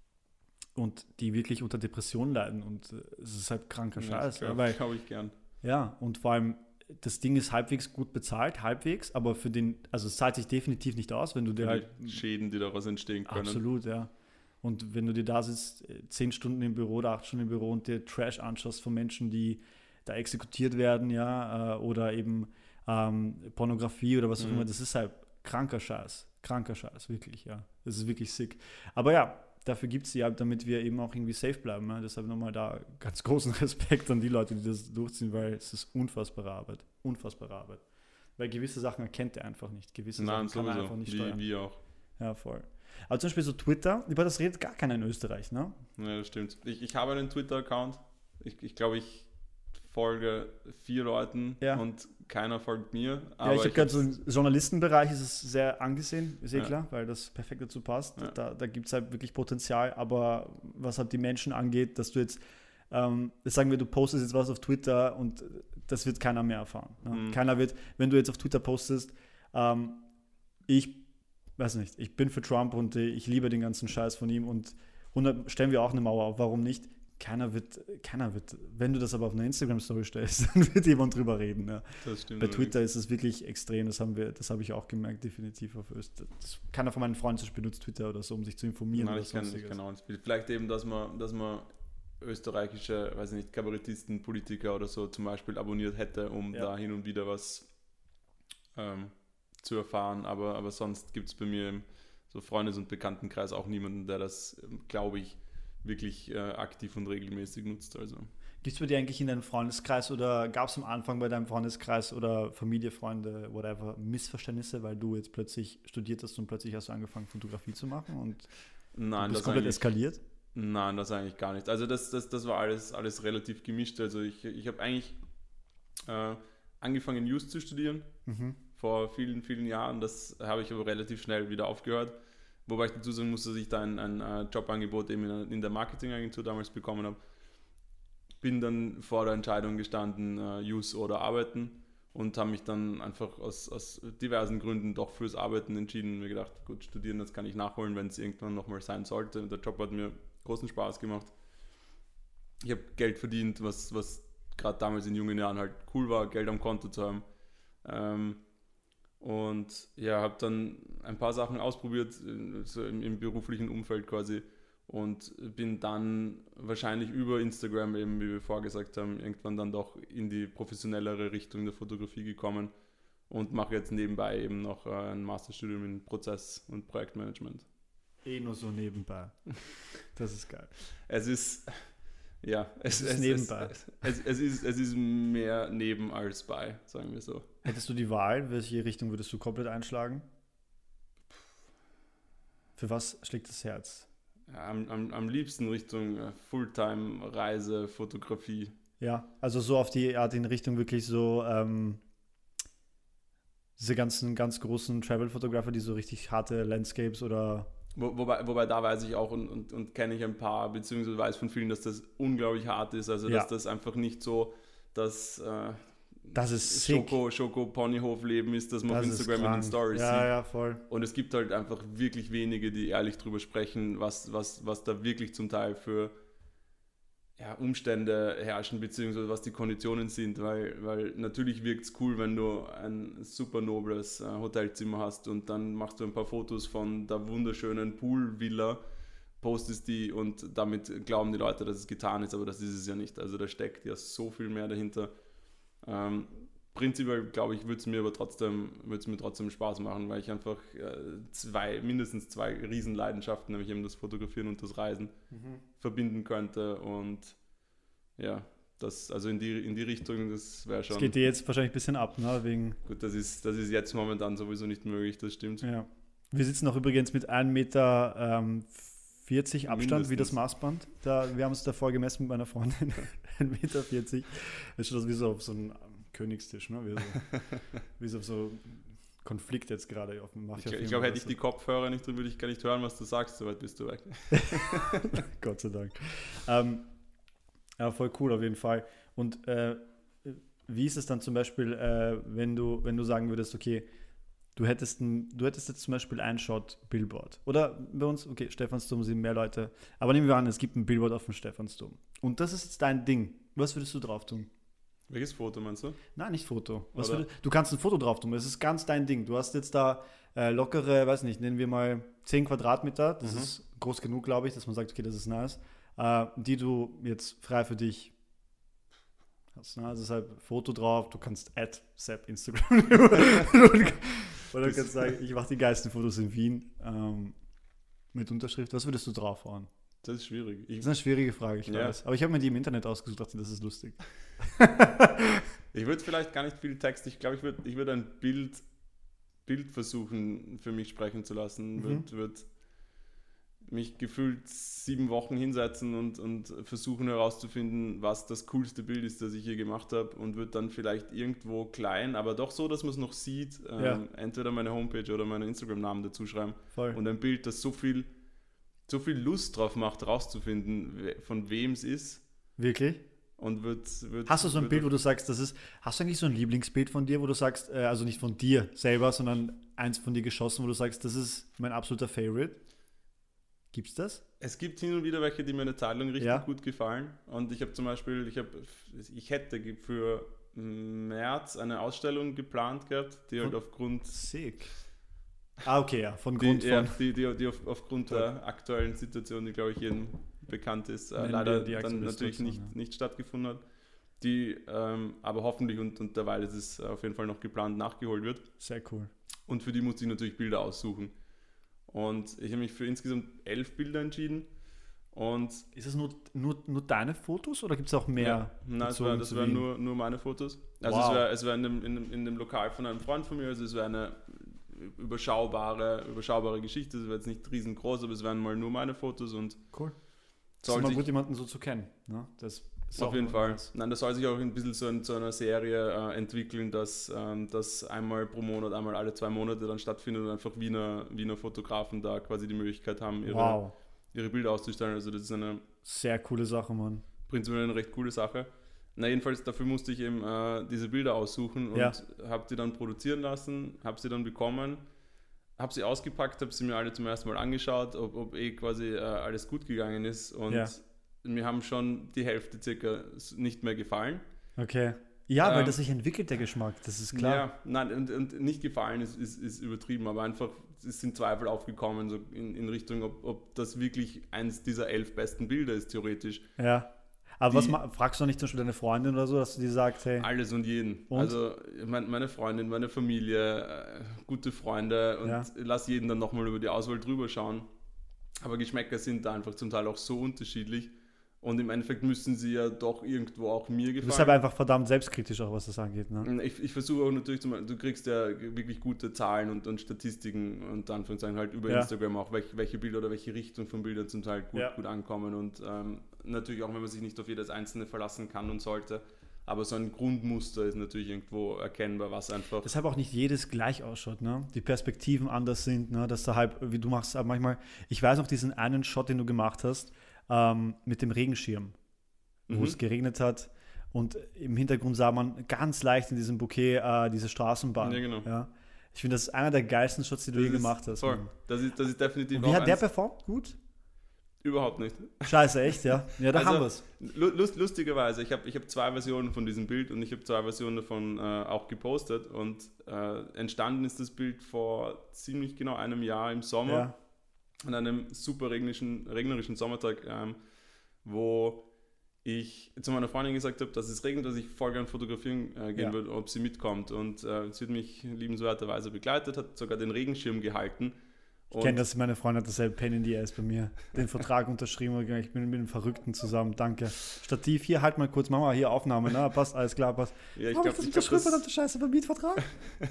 und die wirklich unter Depressionen leiden und äh, es ist halt kranker Scheiß. Das glaube glaub ich gern. Ja, und vor allem, das Ding ist halbwegs gut bezahlt, halbwegs, aber für den, also es zahlt sich definitiv nicht aus, wenn du dir halt... Schäden, die daraus entstehen können. Absolut, ja. Und wenn du dir da sitzt, zehn Stunden im Büro oder acht Stunden im Büro und dir Trash anschaust von Menschen, die da exekutiert werden, ja, oder eben ähm, Pornografie oder was auch Mhm. immer, das ist halt kranker Scheiß. Kranker Scheiß, wirklich, ja. Das ist wirklich sick. Aber ja, dafür gibt es die halt, damit wir eben auch irgendwie safe bleiben. Ja? Deshalb nochmal da ganz großen Respekt an die Leute, die das durchziehen, weil es ist unfassbare Arbeit. Unfassbare Arbeit. Weil gewisse Sachen erkennt er einfach nicht. Gewisse Nein, Sachen kann er sowieso. einfach nicht Wie, steuern. wie auch. Ja, voll. Aber zum Beispiel so Twitter, über das redet gar keiner in Österreich, ne? Ja, das stimmt. Ich, ich habe einen Twitter-Account. Ich, ich glaube, ich folge vier Leuten Ja. und keiner folgt mir. Ja, Aber ich habe gerade so hab's- im Journalistenbereich ist es sehr angesehen, ist eh Ja. klar, weil das perfekt dazu passt. Ja. Da, da gibt es halt wirklich Potenzial, aber was halt die Menschen angeht, dass du jetzt, ähm, jetzt sagen wir, du postest jetzt was auf Twitter und das wird keiner mehr erfahren. Ne? Mhm. Keiner wird, wenn du jetzt auf Twitter postest, ähm, ich weiß nicht, ich bin für Trump und äh, ich liebe den ganzen Scheiß von ihm und hundert stellen wir auch eine Mauer auf, warum nicht? Keiner wird, keiner wird, wenn du das aber auf eine Instagram-Story stellst, dann wird jemand drüber reden. Ja. das stimmt Bei allerdings. Twitter ist es wirklich extrem, das haben wir, das habe ich auch gemerkt, definitiv auf Österreich. Keiner von meinen Freunden benutzt Twitter oder so, um sich zu informieren. Nein, oder ich kann, ich sonstiges. kann auch nicht. Vielleicht eben, dass man, dass man österreichische, weiß ich nicht, Kabarettisten, Politiker oder so zum Beispiel abonniert hätte, um Ja. da hin und wieder was ähm, zu erfahren. Aber, aber sonst gibt es bei mir im so Freundes- und Bekanntenkreis auch niemanden, der das, glaube ich, wirklich äh, aktiv und regelmäßig nutzt. Also. Gibt es bei dir eigentlich in deinem Freundeskreis oder gab es am Anfang bei deinem Freundeskreis oder Familie, Freunde, whatever, Missverständnisse, weil du jetzt plötzlich studiert hast und plötzlich hast du angefangen, Fotografie zu machen und Nein, du bist das komplett eigentlich, eskaliert? nein, das eigentlich gar nicht. Also das, das, das war alles, alles relativ gemischt. Also ich, ich habe eigentlich äh, angefangen, Just zu studieren. Mhm. Vor vielen, vielen Jahren. Das habe ich aber relativ schnell wieder aufgehört. Wobei ich dazu sagen muss, dass ich da ein, ein, ein Jobangebot eben in, in der Marketingagentur damals bekommen habe. Bin dann vor der Entscheidung gestanden, uh, Use oder Arbeiten und habe mich dann einfach aus, aus diversen Gründen doch fürs Arbeiten entschieden. Mir gedacht, gut, studieren, das kann ich nachholen, wenn es irgendwann nochmal sein sollte. Der Job hat mir großen Spaß gemacht. Ich habe Geld verdient, was, was gerade damals in jungen Jahren halt cool war, Geld am Konto zu haben. Ähm, Und ja, habe dann ein paar Sachen ausprobiert, so im, im beruflichen Umfeld quasi. Und bin dann wahrscheinlich über Instagram, eben wie wir vorgesagt haben, irgendwann dann doch in die professionellere Richtung der Fotografie gekommen. Und mache jetzt nebenbei eben noch ein Masterstudium in Prozess- und Projektmanagement. Eh nur so nebenbei. Das ist geil. Es ist, ja, es, Es ist es, nebenbei. Es, es, es, ist, es ist mehr neben als bei, sagen wir so. Hättest du die Wahl, welche Richtung würdest du komplett einschlagen? Für was schlägt das Herz? Ja, am, am, am liebsten Richtung äh, Fulltime-Reise, Fotografie. Ja, also so auf die Art in Richtung wirklich so ähm, diese ganzen ganz großen Travel-Fotografer, die so richtig harte Landscapes oder Wo, wobei, wobei da weiß ich auch und, und, und kenne ich ein paar, beziehungsweise weiß von vielen, dass das unglaublich hart ist. Also, Ja. dass das einfach nicht so das äh, das ist sick. Schoko, Schoko-Ponyhof-Leben ist, das man Das auf ist Instagram in den krank. Stories Ja, sieht. ja, voll. Und es gibt halt einfach wirklich wenige, die ehrlich drüber sprechen, was, was, was da wirklich zum Teil für ja, Umstände herrschen, beziehungsweise was die Konditionen sind, weil, weil natürlich wirkt es cool, wenn du ein super nobles äh, Hotelzimmer hast und dann machst du ein paar Fotos von der wunderschönen Poolvilla, postest die und damit glauben die Leute, dass es getan ist, aber das ist es ja nicht. Also da steckt ja so viel mehr dahinter. Ähm, prinzipiell, glaube ich, würde es mir aber trotzdem, würde es mir trotzdem Spaß machen, weil ich einfach äh, zwei, mindestens zwei Riesenleidenschaften, nämlich eben das Fotografieren und das Reisen, Mhm. verbinden könnte und ja, das, also in die, in die Richtung, das wäre Das schon, geht dir jetzt wahrscheinlich ein bisschen ab, ne? Wegen, gut, das ist, das ist jetzt momentan sowieso nicht möglich, das stimmt. ja. Wir sitzen auch übrigens mit ein Meter vierzig Abstand wie das Mindestens. Maßband. Da, wir haben es davor gemessen mit meiner Freundin. ein Meter vierzig. Das ist schon wie so auf so einem Königstisch, ne? Wie so, wie so auf so Konflikt jetzt gerade auf dem Ich, Mafia. ich glaube, hätte ich die Kopfhörer nicht drin, würde ich gar nicht hören, was du sagst, soweit bist du weg. Gott sei Dank. Ähm, ja, voll cool auf jeden Fall. Und äh, wie ist es dann zum Beispiel, äh, wenn du, wenn du sagen würdest, okay, du hättest, ein, du hättest jetzt zum Beispiel ein Shot-Billboard. Oder bei uns, okay, Stephansdom sind mehr Leute. Aber nehmen wir an, es gibt ein Billboard auf dem Stephansdom. Und das ist jetzt dein Ding. Was würdest du drauf tun? Welches Foto meinst du? Nein, nicht Foto. Was Oder? würde, du kannst ein Foto drauf tun, das ist ganz dein Ding. Du hast jetzt da äh, lockere, weiß nicht, nennen wir mal zehn Quadratmeter. Das Mhm. ist groß genug, glaube ich, dass man sagt, okay, das ist nice. Äh, die du jetzt frei für dich hast. Ne? Also deshalb Foto drauf, du kannst add Sepp Instagram. Oder du kannst sagen, ich mache die geilsten Fotos in Wien ähm, mit Unterschrift. Was würdest du draufhauen? Das ist schwierig. Ich, Das ist eine schwierige Frage, ich Ja. weiß. Aber ich habe mir die im Internet ausgesucht, dachte, das ist lustig. ich würde vielleicht gar nicht viel Text, ich glaube, ich würde ich würd ein Bild, Bild versuchen, für mich sprechen zu lassen. Mhm. Würde würd mich gefühlt sieben Wochen hinsetzen und, und versuchen herauszufinden, was das coolste Bild ist, das ich je gemacht habe, und würde dann vielleicht irgendwo klein, aber doch so, dass man es noch sieht, ähm, Ja. entweder meine Homepage oder meine Instagram-Namen dazu schreiben. Voll. Und ein Bild, das so viel, so viel Lust drauf macht, rauszufinden, we- von wem es ist. Wirklich? Und wird, wird, Hast du so ein wird Bild, wo du sagst, das ist, hast du eigentlich so ein Lieblingsbild von dir, wo du sagst, äh, also nicht von dir selber, sondern eins von dir geschossen, wo du sagst, das ist mein absoluter Favorite? Gibt's das? Es gibt hin und wieder welche, die mir eine Zeit lang richtig Ja. gut gefallen. Und ich habe zum Beispiel, ich, hab, ich hätte ge- für März eine Ausstellung geplant gehabt, die halt Von- aufgrund, Sick. Ah, okay, ja, von die, Grund ja, von. die, die, die auf, aufgrund der aktuellen Situation, die glaube ich jedem bekannt ist, äh, Nennen leider wir die dann aktuelle natürlich Situation, nicht, ja. nicht stattgefunden hat. Die ähm, aber hoffentlich und, und derweil ist es auf jeden Fall noch geplant nachgeholt wird. Sehr cool. Und für die musste ich natürlich Bilder aussuchen. Und ich habe mich für insgesamt elf Bilder entschieden. Und Ist es nur, nur, nur deine Fotos oder gibt es auch mehr? ja, nein, das, bezogen wär, das zu wären Wien? nur, nur meine Fotos. Also Wow. es wäre es wär in, dem, in, dem, in dem Lokal von einem Freund von mir, also es wäre eine überschaubare, überschaubare Geschichte. Es wäre jetzt nicht riesengroß, aber es wären mal nur meine Fotos und Cool. Es ist soll immer sich, gut, jemanden so zu kennen. Ne? Das ist auf auch jeden immer Fall. nice. Nein, das soll sich auch ein bisschen so in so einer Serie äh, entwickeln, dass ähm, das einmal pro Monat, einmal alle zwei Monate dann stattfindet und einfach Wiener, Wiener Fotografen da quasi die Möglichkeit haben, ihre, Wow. ihre Bilder auszustellen. Also das ist eine Sehr coole Sache, Mann. prinzipiell eine recht coole Sache. Na jedenfalls, dafür musste ich eben äh, diese Bilder aussuchen und Ja. habe die dann produzieren lassen, habe sie dann bekommen, habe sie ausgepackt, habe sie mir alle zum ersten Mal angeschaut, ob, ob eh quasi äh, alles gut gegangen ist, und Ja. mir haben schon die Hälfte circa s- nicht mehr gefallen. Okay. Ja, weil Ähm, das sich entwickelt, der Geschmack, das ist klar. Ja, nein, und, und nicht gefallen ist, ist, ist übertrieben, aber einfach, es sind Zweifel aufgekommen, so in, in Richtung, ob, ob das wirklich eins dieser elf besten Bilder ist, theoretisch. Ja. Aber was Die- ma- fragst du nicht zum Beispiel deine Freundin oder so, dass du dir sagst, hey, Alles und jeden. Und? Also mein, meine Freundin, meine Familie, äh, gute Freunde, und Ja. lass jeden dann nochmal über die Auswahl drüber schauen. Aber Geschmäcker sind da einfach zum Teil auch so unterschiedlich, und im Endeffekt müssen sie ja doch irgendwo auch mir du bist gefallen. aber einfach verdammt selbstkritisch auch, was das angeht. Ne? Ich, ich versuche auch natürlich, zum, du kriegst ja wirklich gute Zahlen und, und Statistiken und Anführungszeichen halt über Ja. Instagram auch, welche, welche Bilder oder welche Richtung von Bildern zum Teil gut, Ja. gut ankommen, und ähm, natürlich auch, wenn man sich nicht auf jedes einzelne verlassen kann und sollte, aber so ein Grundmuster ist natürlich irgendwo erkennbar, was einfach... Deshalb auch nicht jedes gleich ausschaut, ne? Die Perspektiven anders sind, ne? Dass da halt, wie du machst, aber manchmal, ich weiß noch diesen einen Shot, den du gemacht hast, ähm, mit dem Regenschirm, wo Mhm. es geregnet hat, und im Hintergrund sah man ganz leicht in diesem Bouquet äh, diese Straßenbahn. Ja, genau. Ja? Ich finde, das ist einer der geilsten Shots, die du Das je ist gemacht hast. Voll. Mann. Das ist, das ist definitiv Und wie auch hat der eins- performt? Gut? Überhaupt nicht. Scheiße, echt, ja? Ja, da Also, haben wir es. Lu- Lust, lustigerweise, ich habe ich hab zwei Versionen von diesem Bild, und ich habe zwei Versionen davon äh, auch gepostet, und äh, entstanden ist das Bild vor ziemlich genau einem Jahr im Sommer, Ja. an einem super regnerischen, regnerischen Sommertag, ähm, wo ich zu meiner Freundin gesagt habe, dass es regnet, dass ich voll gern fotografieren äh, gehen Ja. würde, ob sie mitkommt, und äh, sie hat mich liebenswerterweise begleitet, hat sogar den Regenschirm gehalten. Ich kenne das, meine Freundin hat dasselbe Pain in the Ass bei mir. Den Vertrag unterschrieben, und ich bin mit dem Verrückten zusammen, danke. Stativ, hier, halt mal kurz, Mama, hier Aufnahme, na, passt, alles klar, passt. Ja, ich Warum glaube, ist das ich glaub, unterschrieben, das, verdammte Scheiße, beim Mietvertrag?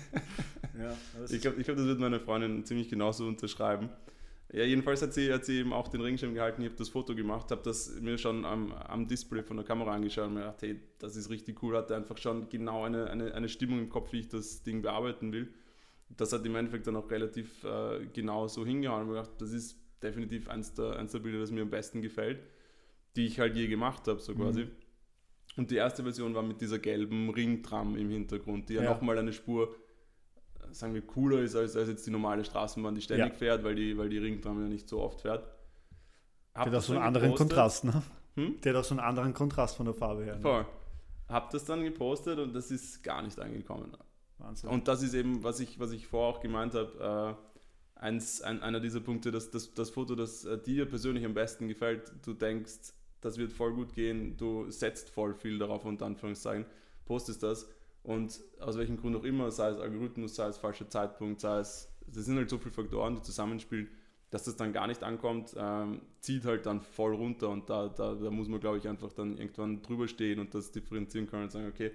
Ja, das Ich glaube, ich glaub, das wird meine Freundin ziemlich genauso unterschreiben. Ja, jedenfalls hat sie, hat sie eben auch den Regenschirm gehalten, ich habe das Foto gemacht, habe das mir schon am, am Display von der Kamera angeschaut und mir gedacht, hey, das ist richtig cool, hatte einfach schon genau eine, eine, eine Stimmung im Kopf, wie ich das Ding bearbeiten will. Das hat im Endeffekt dann auch relativ äh, genau so hingehauen, und mir gedacht, das ist definitiv eins der, eins der Bilder, das mir am besten gefällt, die ich halt je gemacht habe, so quasi. Mhm. Und die erste Version war mit dieser gelben Ringtram im Hintergrund, die ja, Ja. nochmal eine Spur, sagen wir, cooler ist als, als jetzt die normale Straßenbahn, die ständig Ja. fährt, weil die, weil die Ringtram ja nicht so oft fährt. Hab Der hat auch das so einen dann anderen gepostet. Kontrast, ne? Hm? Der hat auch so einen anderen Kontrast von der Farbe her. Ne? Voll. habe das dann gepostet und das ist gar nicht angekommen. Wahnsinn. Und das ist eben, was ich, was ich vorher auch gemeint habe, äh, eins, ein, einer dieser Punkte, dass das, das Foto, das äh, dir persönlich am besten gefällt, du denkst, das wird voll gut gehen, du setzt voll viel darauf, unter Anführungszeichen, postest das und aus welchem Grund auch immer, sei es Algorithmus, sei es falscher Zeitpunkt, sei es, das sind halt so viele Faktoren, die zusammenspielen, dass das dann gar nicht ankommt, ähm, zieht halt dann voll runter und da, da, da muss man, glaube ich, einfach dann irgendwann drüber stehen und das differenzieren können und sagen, okay,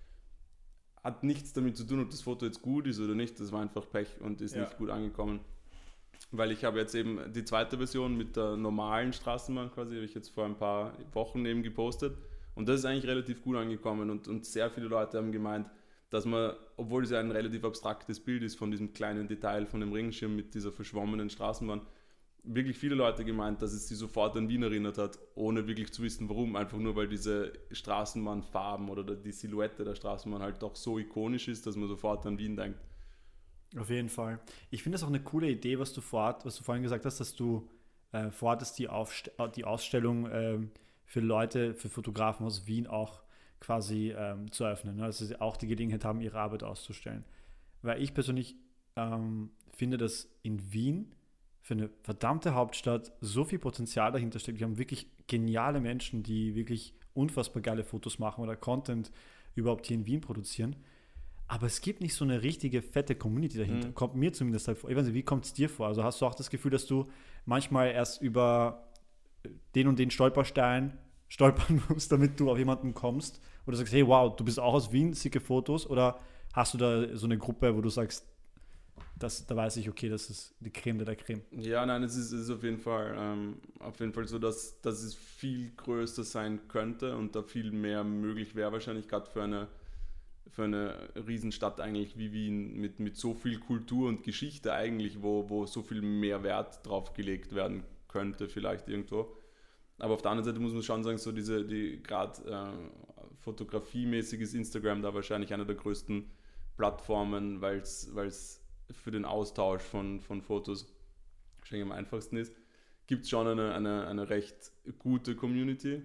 hat nichts damit zu tun, ob das Foto jetzt gut ist oder nicht, das war einfach Pech und ist ja. nicht gut angekommen. Weil ich habe jetzt eben die zweite Version mit der normalen Straßenbahn quasi, habe ich jetzt vor ein paar Wochen eben gepostet und das ist eigentlich relativ gut angekommen und, und sehr viele Leute haben gemeint, dass man, obwohl es ja ein relativ abstraktes Bild ist von diesem kleinen Detail von dem Regenschirm mit dieser verschwommenen Straßenbahn, wirklich viele Leute gemeint, dass es sie sofort an Wien erinnert hat, ohne wirklich zu wissen, warum. Einfach nur, weil diese Straßenbahnfarben oder die Silhouette der Straßenbahn halt doch so ikonisch ist, dass man sofort an Wien denkt. Auf jeden Fall. Ich finde es auch eine coole Idee, was du, vorhat, was du vorhin gesagt hast, dass du äh, vorhattest, die, Aufst- die Ausstellung äh, für Leute, für Fotografen aus Wien auch quasi ähm, zu öffnen. Ne? Dass sie auch die Gelegenheit haben, ihre Arbeit auszustellen. Weil ich persönlich ähm, finde, dass in Wien für eine verdammte Hauptstadt so viel Potenzial dahinter steckt. Wir haben wirklich geniale Menschen, die wirklich unfassbar geile Fotos machen oder Content überhaupt hier in Wien produzieren. Aber es gibt nicht so eine richtige fette Community dahinter. Mhm. Kommt mir zumindest halt vor. Ich weiß nicht, wie kommt es dir vor? Also hast du auch das Gefühl, dass du manchmal erst über den und den Stolperstein stolpern musst, damit du auf jemanden kommst? Oder sagst, hey, wow, du bist auch aus Wien, sicke Fotos? Oder hast du da so eine Gruppe, wo du sagst, das, da weiß ich, okay, das ist die Creme de la Creme? Ja, nein, es ist, ist auf jeden Fall ähm, auf jeden Fall so, dass, dass es viel größer sein könnte und da viel mehr möglich wäre, wahrscheinlich gerade für eine, für eine Riesenstadt eigentlich wie Wien mit, mit so viel Kultur und Geschichte eigentlich, wo, wo so viel mehr Wert drauf gelegt werden könnte, vielleicht irgendwo. Aber auf der anderen Seite muss man schon sagen, so diese, die gerade äh, fotografiemäßig ist Instagram da wahrscheinlich eine der größten Plattformen, weil es für den Austausch von, von Fotos wahrscheinlich am einfachsten ist. Gibt es schon eine, eine, eine recht gute Community,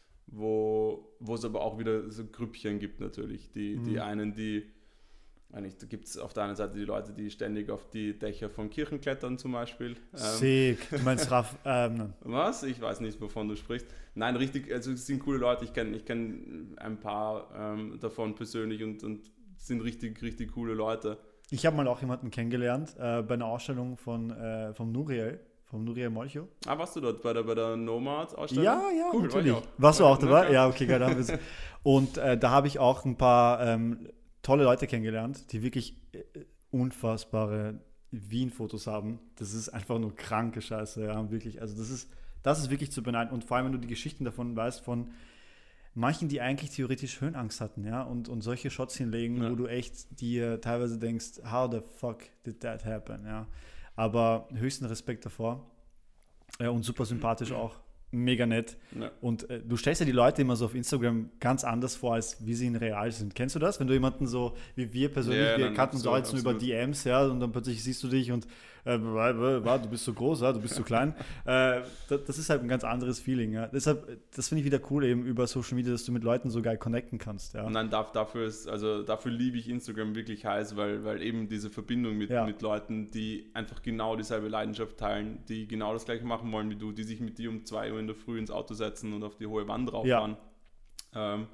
wo es aber auch wieder so Grüppchen gibt natürlich. Die, mhm. die einen, die, eigentlich, da gibt es auf der einen Seite die Leute, die ständig auf die Dächer von Kirchen klettern zum Beispiel. Sick, ähm, du meinst Raff, ähm, was? Ich weiß nicht, wovon du sprichst. Nein, richtig, also es sind coole Leute, ich kenne ich kenn ein paar ähm, davon persönlich und, und sind richtig, richtig coole Leute. Ich habe mal auch jemanden kennengelernt äh, bei einer Ausstellung von, äh, vom Nuriel, vom Nuriel Molcho. Ah, warst du dort bei der, bei der Nomad-Ausstellung? Ja, ja, cool, natürlich. War warst du auch dabei? Okay. Ja, okay, geil. Dann haben und äh, da habe ich auch ein paar ähm, tolle Leute kennengelernt, die wirklich äh, unfassbare Wien-Fotos haben. Das ist einfach nur kranke Scheiße, ja, wirklich. Also das ist, das ist wirklich zu beneiden. Und vor allem, wenn du die Geschichten davon weißt, von manchen, die eigentlich theoretisch Höhenangst hatten, ja, und, und solche Shots hinlegen, ja. wo du echt dir teilweise denkst, how the fuck did that happen, ja. Aber höchsten Respekt davor äh, und super sympathisch auch, mega nett. Ja. Und äh, du stellst ja die Leute immer so auf Instagram ganz anders vor, als wie sie in real sind. Kennst du das? Wenn du jemanden so, wie wir persönlich, ja, wir kannten uns auch jetzt nur über D Ms, ja, und dann plötzlich siehst du dich und äh, du bist so groß, ja, du bist so klein. äh, das, das ist halt ein ganz anderes Feeling. Ja. Deshalb, das finde ich wieder cool eben über Social Media, dass du mit Leuten so geil connecten kannst. Ja. Und dann darf, dafür ist, also dafür liebe ich Instagram wirklich heiß, weil, weil eben diese Verbindung mit, ja. mit Leuten, die einfach genau dieselbe Leidenschaft teilen, die genau das gleiche machen wollen wie du, die sich mit dir um zwei Uhr in der Früh ins Auto setzen und auf die hohe Wand rauffahren. Ja. Ähm,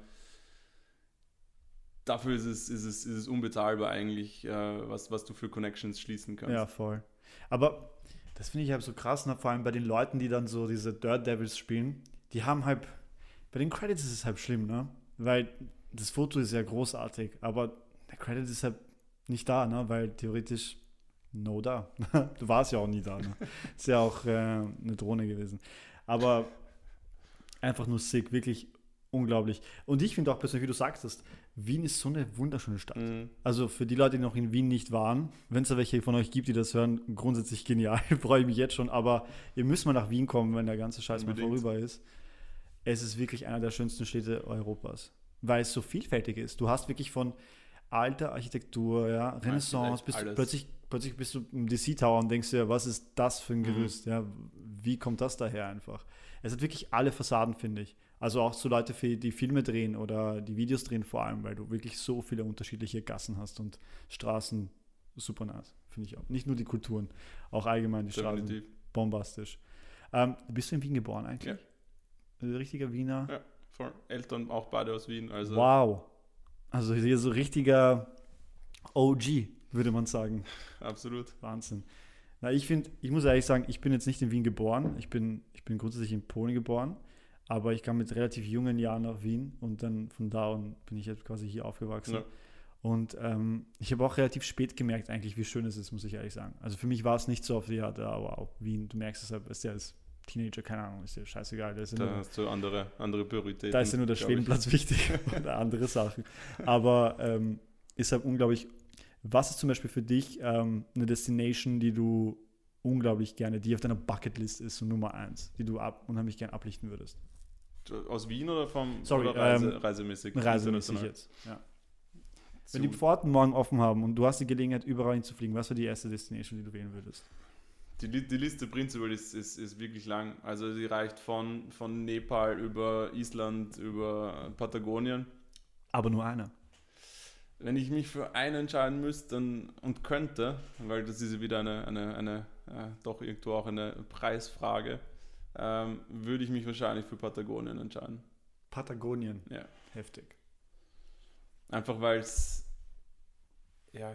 dafür ist es, ist es, ist es unbezahlbar eigentlich, äh, was, was du für Connections schließen kannst. Ja, voll. Aber das finde ich halt so krass, ne? Vor allem bei den Leuten, die dann so diese Dirt Devils spielen, die haben halt, bei den Credits ist es halt schlimm, ne? Weil das Foto ist ja großartig, aber der Credit ist halt nicht da, ne? Weil theoretisch no da. Du warst ja auch nie da, ne? Ist ja auch äh, eine Drohne gewesen. Aber einfach nur sick, wirklich unglaublich. Und ich finde auch persönlich, wie du sagtest, Wien ist so eine wunderschöne Stadt. Mhm. Also für die Leute, die noch in Wien nicht waren, wenn es da welche von euch gibt, die das hören, grundsätzlich genial, freue ich mich jetzt schon, aber ihr müsst mal nach Wien kommen, wenn der ganze Scheiß Unbedingt. mal vorüber ist. Es ist wirklich einer der schönsten Städte Europas, weil es so vielfältig ist. Du hast wirklich von alter Architektur, ja, Renaissance, bis du plötzlich, plötzlich bist du im D C Tower und denkst dir, was ist das für ein Gerüst? Mhm. Ja, wie kommt das daher einfach? Es hat wirklich alle Fassaden, finde ich. Also auch so Leute, für die Filme drehen oder die Videos drehen vor allem, weil du wirklich so viele unterschiedliche Gassen hast und Straßen, super nice, finde ich auch. Nicht nur die Kulturen, auch allgemein die Straßen, Definitiv. bombastisch. Ähm, bist du in Wien geboren eigentlich? Ja. Ein richtiger Wiener? Ja, voll. Eltern auch beide aus Wien. Also Wow. Also hier so richtiger O G, würde man sagen. absolut. Wahnsinn. Na, ich finde, ich muss ehrlich sagen, ich bin jetzt nicht in Wien geboren. Ich bin, ich bin grundsätzlich in Polen geboren. Aber ich kam mit relativ jungen Jahren nach Wien und dann von da an bin ich jetzt quasi hier aufgewachsen. Ja. Und ähm, ich habe auch relativ spät gemerkt eigentlich, wie schön es ist, muss ich ehrlich sagen. Also für mich war es nicht so auf die Art, ja, wow, Wien, du merkst es halt, ist ja als Teenager, keine Ahnung, ist ja scheißegal. Da ist ja Da nur, hast du andere, andere Prioritäten. da ist ja nur der glaub ich. Schwedenplatz wichtig oder andere Sachen. Aber ähm, ist halt unglaublich. Was ist zum Beispiel für dich ähm, eine Destination, die du unglaublich gerne, die auf deiner Bucketlist ist, so Nummer eins, die du ab, unheimlich gerne ablichten würdest? Aus Wien oder vom Sorry, oder Reise, ähm, reisemäßig? Reisemäßig International? jetzt, ja. Zu- Wenn die Pforten morgen offen haben und du hast die Gelegenheit, überall hinzufliegen, was wäre die erste Destination, die du wählen würdest? Die, Li- die Liste prinzipiell ist, ist, ist wirklich lang. Also sie reicht von, von Nepal über Island, über Patagonien. Aber nur einer. Wenn ich mich für einen entscheiden müsste dann, und könnte, weil das ist ja wieder eine, eine, eine äh, doch irgendwo auch eine Preisfrage, ähm, würde ich mich wahrscheinlich für Patagonien entscheiden. Patagonien. Ja. Heftig. Einfach weil es ja,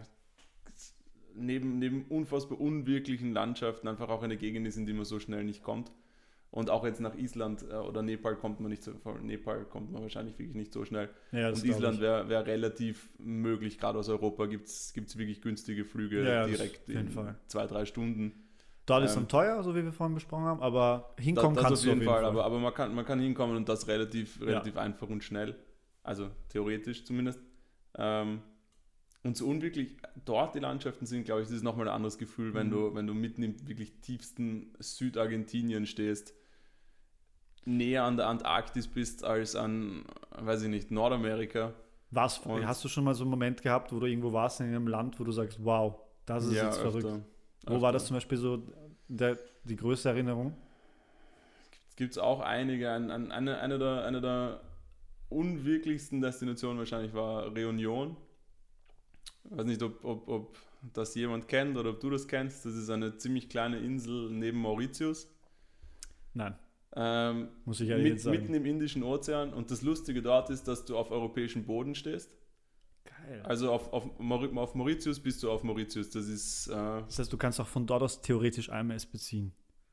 neben, neben unfassbar unwirklichen Landschaften einfach auch eine Gegend ist, in die man so schnell nicht kommt. Und auch jetzt nach Island äh, oder Nepal kommt man nicht so, von Nepal kommt man wahrscheinlich wirklich nicht so schnell. Ja, das Und glaub Island ich. wäre wär relativ möglich, gerade aus Europa gibt es wirklich günstige Flüge Ja, ja, das direkt auf jeden in Fall. zwei, drei Stunden. Dort ist Ähm, dann teuer, so wie wir vorhin besprochen haben, aber Da, hinkommen das kannst auf du jeden Fall, aber, aber man, kann, man kann hinkommen und das relativ, relativ einfach und schnell. Also theoretisch zumindest. Ähm, und so unwirklich dort die Landschaften sind, glaube ich, das ist nochmal ein anderes Gefühl, wenn, Mhm. du, wenn du mitten im wirklich tiefsten Südargentinien stehst, näher an der Antarktis bist als an, weiß ich nicht, Nordamerika. Was, Und- hast du schon mal so einen Moment gehabt, wo du irgendwo warst in einem Land, wo du sagst, wow, das ist jetzt öfter, verrückt. Wo öfter. war das zum Beispiel so der, die größte Erinnerung? Es gibt auch einige. Ein, ein, eine, eine, der, eine der unwirklichsten Destinationen wahrscheinlich war Reunion. Ich weiß nicht, ob, ob, ob das jemand kennt oder ob du das kennst. Das ist eine ziemlich kleine Insel neben Mauritius. Nein, Ähm, muss ich ehrlich mit, jetzt sagen. mitten im Indischen Ozean. Und das Lustige dort ist, dass du auf europäischem Boden stehst. Geil. Also auf, auf, Mauri- auf Mauritius bist du auf Mauritius. Das ist... Äh, Das heißt, du kannst auch von dort aus theoretisch I M S beziehen.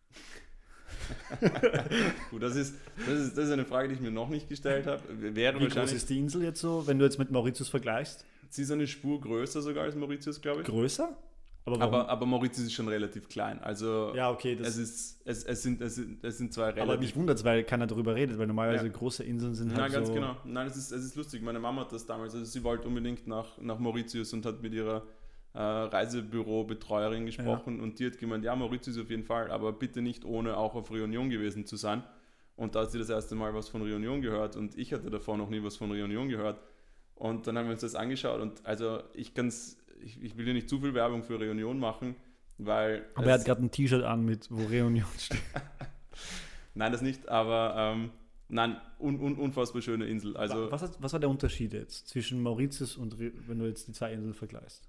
gut, das ist, das, ist, das ist eine Frage, die ich mir noch nicht gestellt habe. Wäre Wie groß wahrscheinlich... ist die Insel jetzt so, wenn du jetzt mit Mauritius vergleichst? Sie ist eine Spur größer sogar als Mauritius, glaube ich. Größer? Aber warum? Aber, aber Mauritius ist schon relativ klein. Also ja, okay, das es, ist, es, es, sind, es, sind, es sind zwei aber relativ... mich wundert es, weil keiner darüber redet, weil normalerweise Ja. große Inseln sind Nein, halt ganz so... genau. Nein, es ist, es ist lustig. Meine Mama hat das damals, also sie wollte unbedingt nach, nach Mauritius und hat mit ihrer äh, Reisebüro-Betreuerin gesprochen und die hat gemeint, ja, Mauritius auf jeden Fall, aber bitte nicht ohne auch auf Reunion gewesen zu sein. Und da hat sie das erste Mal was von Reunion gehört und ich hatte davor noch nie was von Reunion gehört. Und dann haben wir uns das angeschaut und also ich kann's, ich, ich will hier nicht zu viel Werbung für Reunion machen, weil... Aber er es- hat gerade ein T-Shirt an, mit wo Reunion steht. Nein, das nicht, aber ähm, nein, un, un, unfassbar schöne Insel. Also was, hat, was war der Unterschied jetzt zwischen Mauritius und, Re- wenn du jetzt die zwei Inseln vergleichst?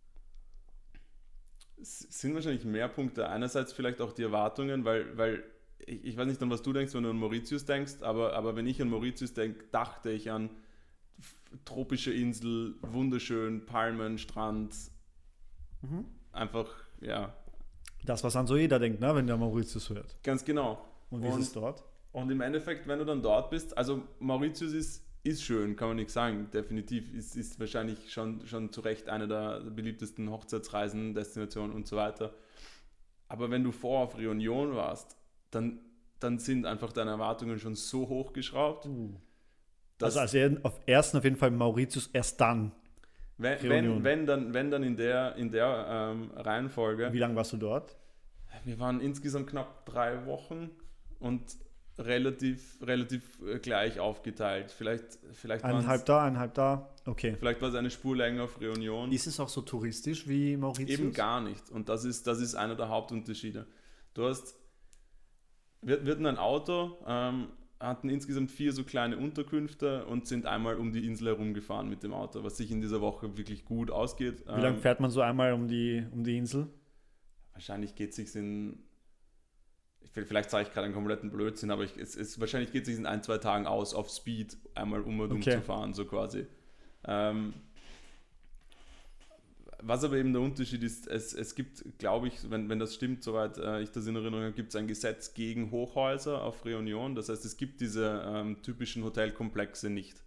es sind wahrscheinlich mehr Punkte. Einerseits vielleicht auch die Erwartungen, weil, weil ich, ich weiß nicht, an was du denkst, wenn du an Mauritius denkst, aber, aber wenn ich an Mauritius denke, dachte ich an f- tropische Insel, wunderschön, Palmen, Strand, einfach, ja, Das, was an so jeder denkt, ne, wenn der Mauritius hört. ganz genau. Und wie ist es dort? Und im Endeffekt, wenn du dann dort bist, also Mauritius ist, ist schön, kann man nichts sagen, definitiv, ist, ist wahrscheinlich schon, schon zu Recht eine der beliebtesten Hochzeitsreisen, Destinationen und so weiter. Aber wenn du vorher auf Reunion warst, dann, dann sind einfach deine Erwartungen schon so hochgeschraubt, dass Also als er, auf ersten auf jeden Fall Mauritius, erst dann. wenn, Reunion. wenn, wenn, dann, wenn dann in der, in der ähm, Reihenfolge, Wie lange warst du dort? wir waren insgesamt knapp drei Wochen und relativ, relativ äh, gleich aufgeteilt. Vielleicht, vielleicht Eineinhalb waren's- da, eineinhalb da. Okay. Vielleicht war es eine Spur länger auf Reunion. Ist es auch so touristisch wie Mauritius? Eben gar nicht. Und das ist, das ist einer der Hauptunterschiede. Du hast, wir, wir hatten ein Auto, ähm, hatten insgesamt vier so kleine Unterkünfte und sind einmal um die Insel herumgefahren mit dem Auto, was sich in dieser Woche wirklich gut ausgeht. Wie lange fährt man so einmal um die, um die Insel? Wahrscheinlich geht es sich in, vielleicht sage ich gerade einen kompletten Blödsinn, aber ich, es, es, wahrscheinlich geht es sich in ein, zwei Tagen aus, auf Speed einmal um und um Okay. zu fahren, so quasi. Ähm, was aber eben der Unterschied ist, es, es gibt, glaube ich, wenn, wenn das stimmt, soweit äh, ich das in Erinnerung habe, gibt es ein Gesetz gegen Hochhäuser auf Réunion. Das heißt, es gibt diese ähm, typischen Hotelkomplexe nicht.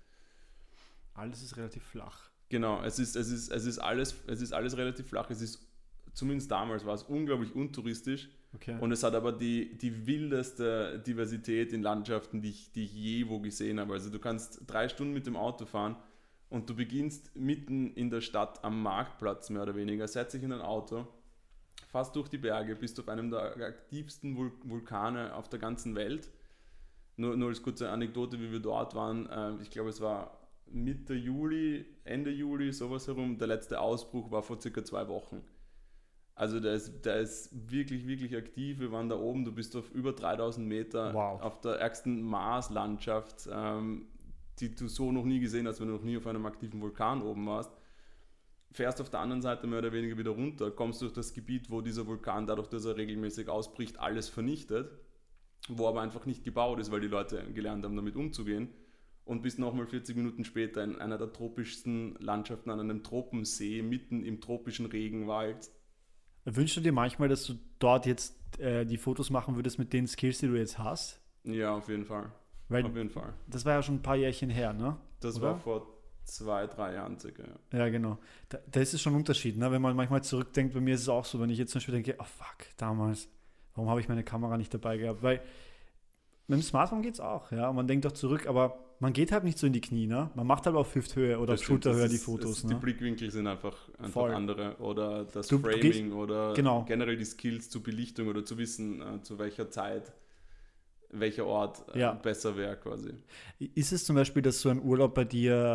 Alles ist relativ flach. Genau, es ist, es ist, es ist, alles, es ist alles relativ flach. Es ist, zumindest damals war es unglaublich untouristisch. Okay. Und es hat aber die, die wildeste Diversität in Landschaften, die ich, die ich je wo gesehen habe. Also du kannst drei Stunden mit dem Auto fahren und du beginnst mitten in der Stadt am Marktplatz mehr oder weniger, setzt dich in ein Auto, fährst durch die Berge, bist auf einem der aktivsten Vul- Vulkane auf der ganzen Welt. Nur, nur als kurze Anekdote, wie wir dort waren, äh, ich glaube es war Mitte Juli, Ende Juli, sowas herum, der letzte Ausbruch war vor circa zwei Wochen. Also der ist, der ist wirklich, wirklich aktiv. Wir waren da oben, du bist auf über dreitausend Meter Wow. auf der ärgsten Marslandschaft, ähm, die du so noch nie gesehen hast, wenn du noch nie auf einem aktiven Vulkan oben warst. Fährst auf der anderen Seite mehr oder weniger wieder runter, kommst durch das Gebiet, wo dieser Vulkan, dadurch, dass er regelmäßig ausbricht, alles vernichtet, wo aber einfach nicht gebaut ist, weil die Leute gelernt haben, damit umzugehen. Und bist nochmal vierzig Minuten später in einer der tropischsten Landschaften an einem Tropensee, mitten im tropischen Regenwald. Wünschst du dir manchmal, dass du dort jetzt äh, die Fotos machen würdest mit den Skills, die du jetzt hast? Ja, auf jeden Fall. Weil Auf jeden Fall. das war ja schon ein paar Jährchen her, ne? Das Oder? war vor zwei, drei Jahren circa. Ja. Ja, genau. Da, da ist es schon ein Unterschied, ne? Wenn man manchmal zurückdenkt, bei mir ist es auch so, wenn ich jetzt zum Beispiel denke, oh fuck, damals, warum habe ich meine Kamera nicht dabei gehabt? Weil mit dem Smartphone geht es auch, ja. Und man denkt doch zurück, aber man geht halt nicht so in die Knie, ne? Man macht halt auf Hüfthöhe oder auf Das stimmt, Schulterhöhe das die ist- Fotos, es- ne? Die Blickwinkel sind einfach, einfach Voll. andere. Oder das Du- du Framing gehst- oder genau. generell die Skills zur Belichtung oder zu wissen, äh, zu welcher Zeit, welcher Ort äh, Ja. besser wäre quasi. Ist es zum Beispiel, dass so ein Urlaub bei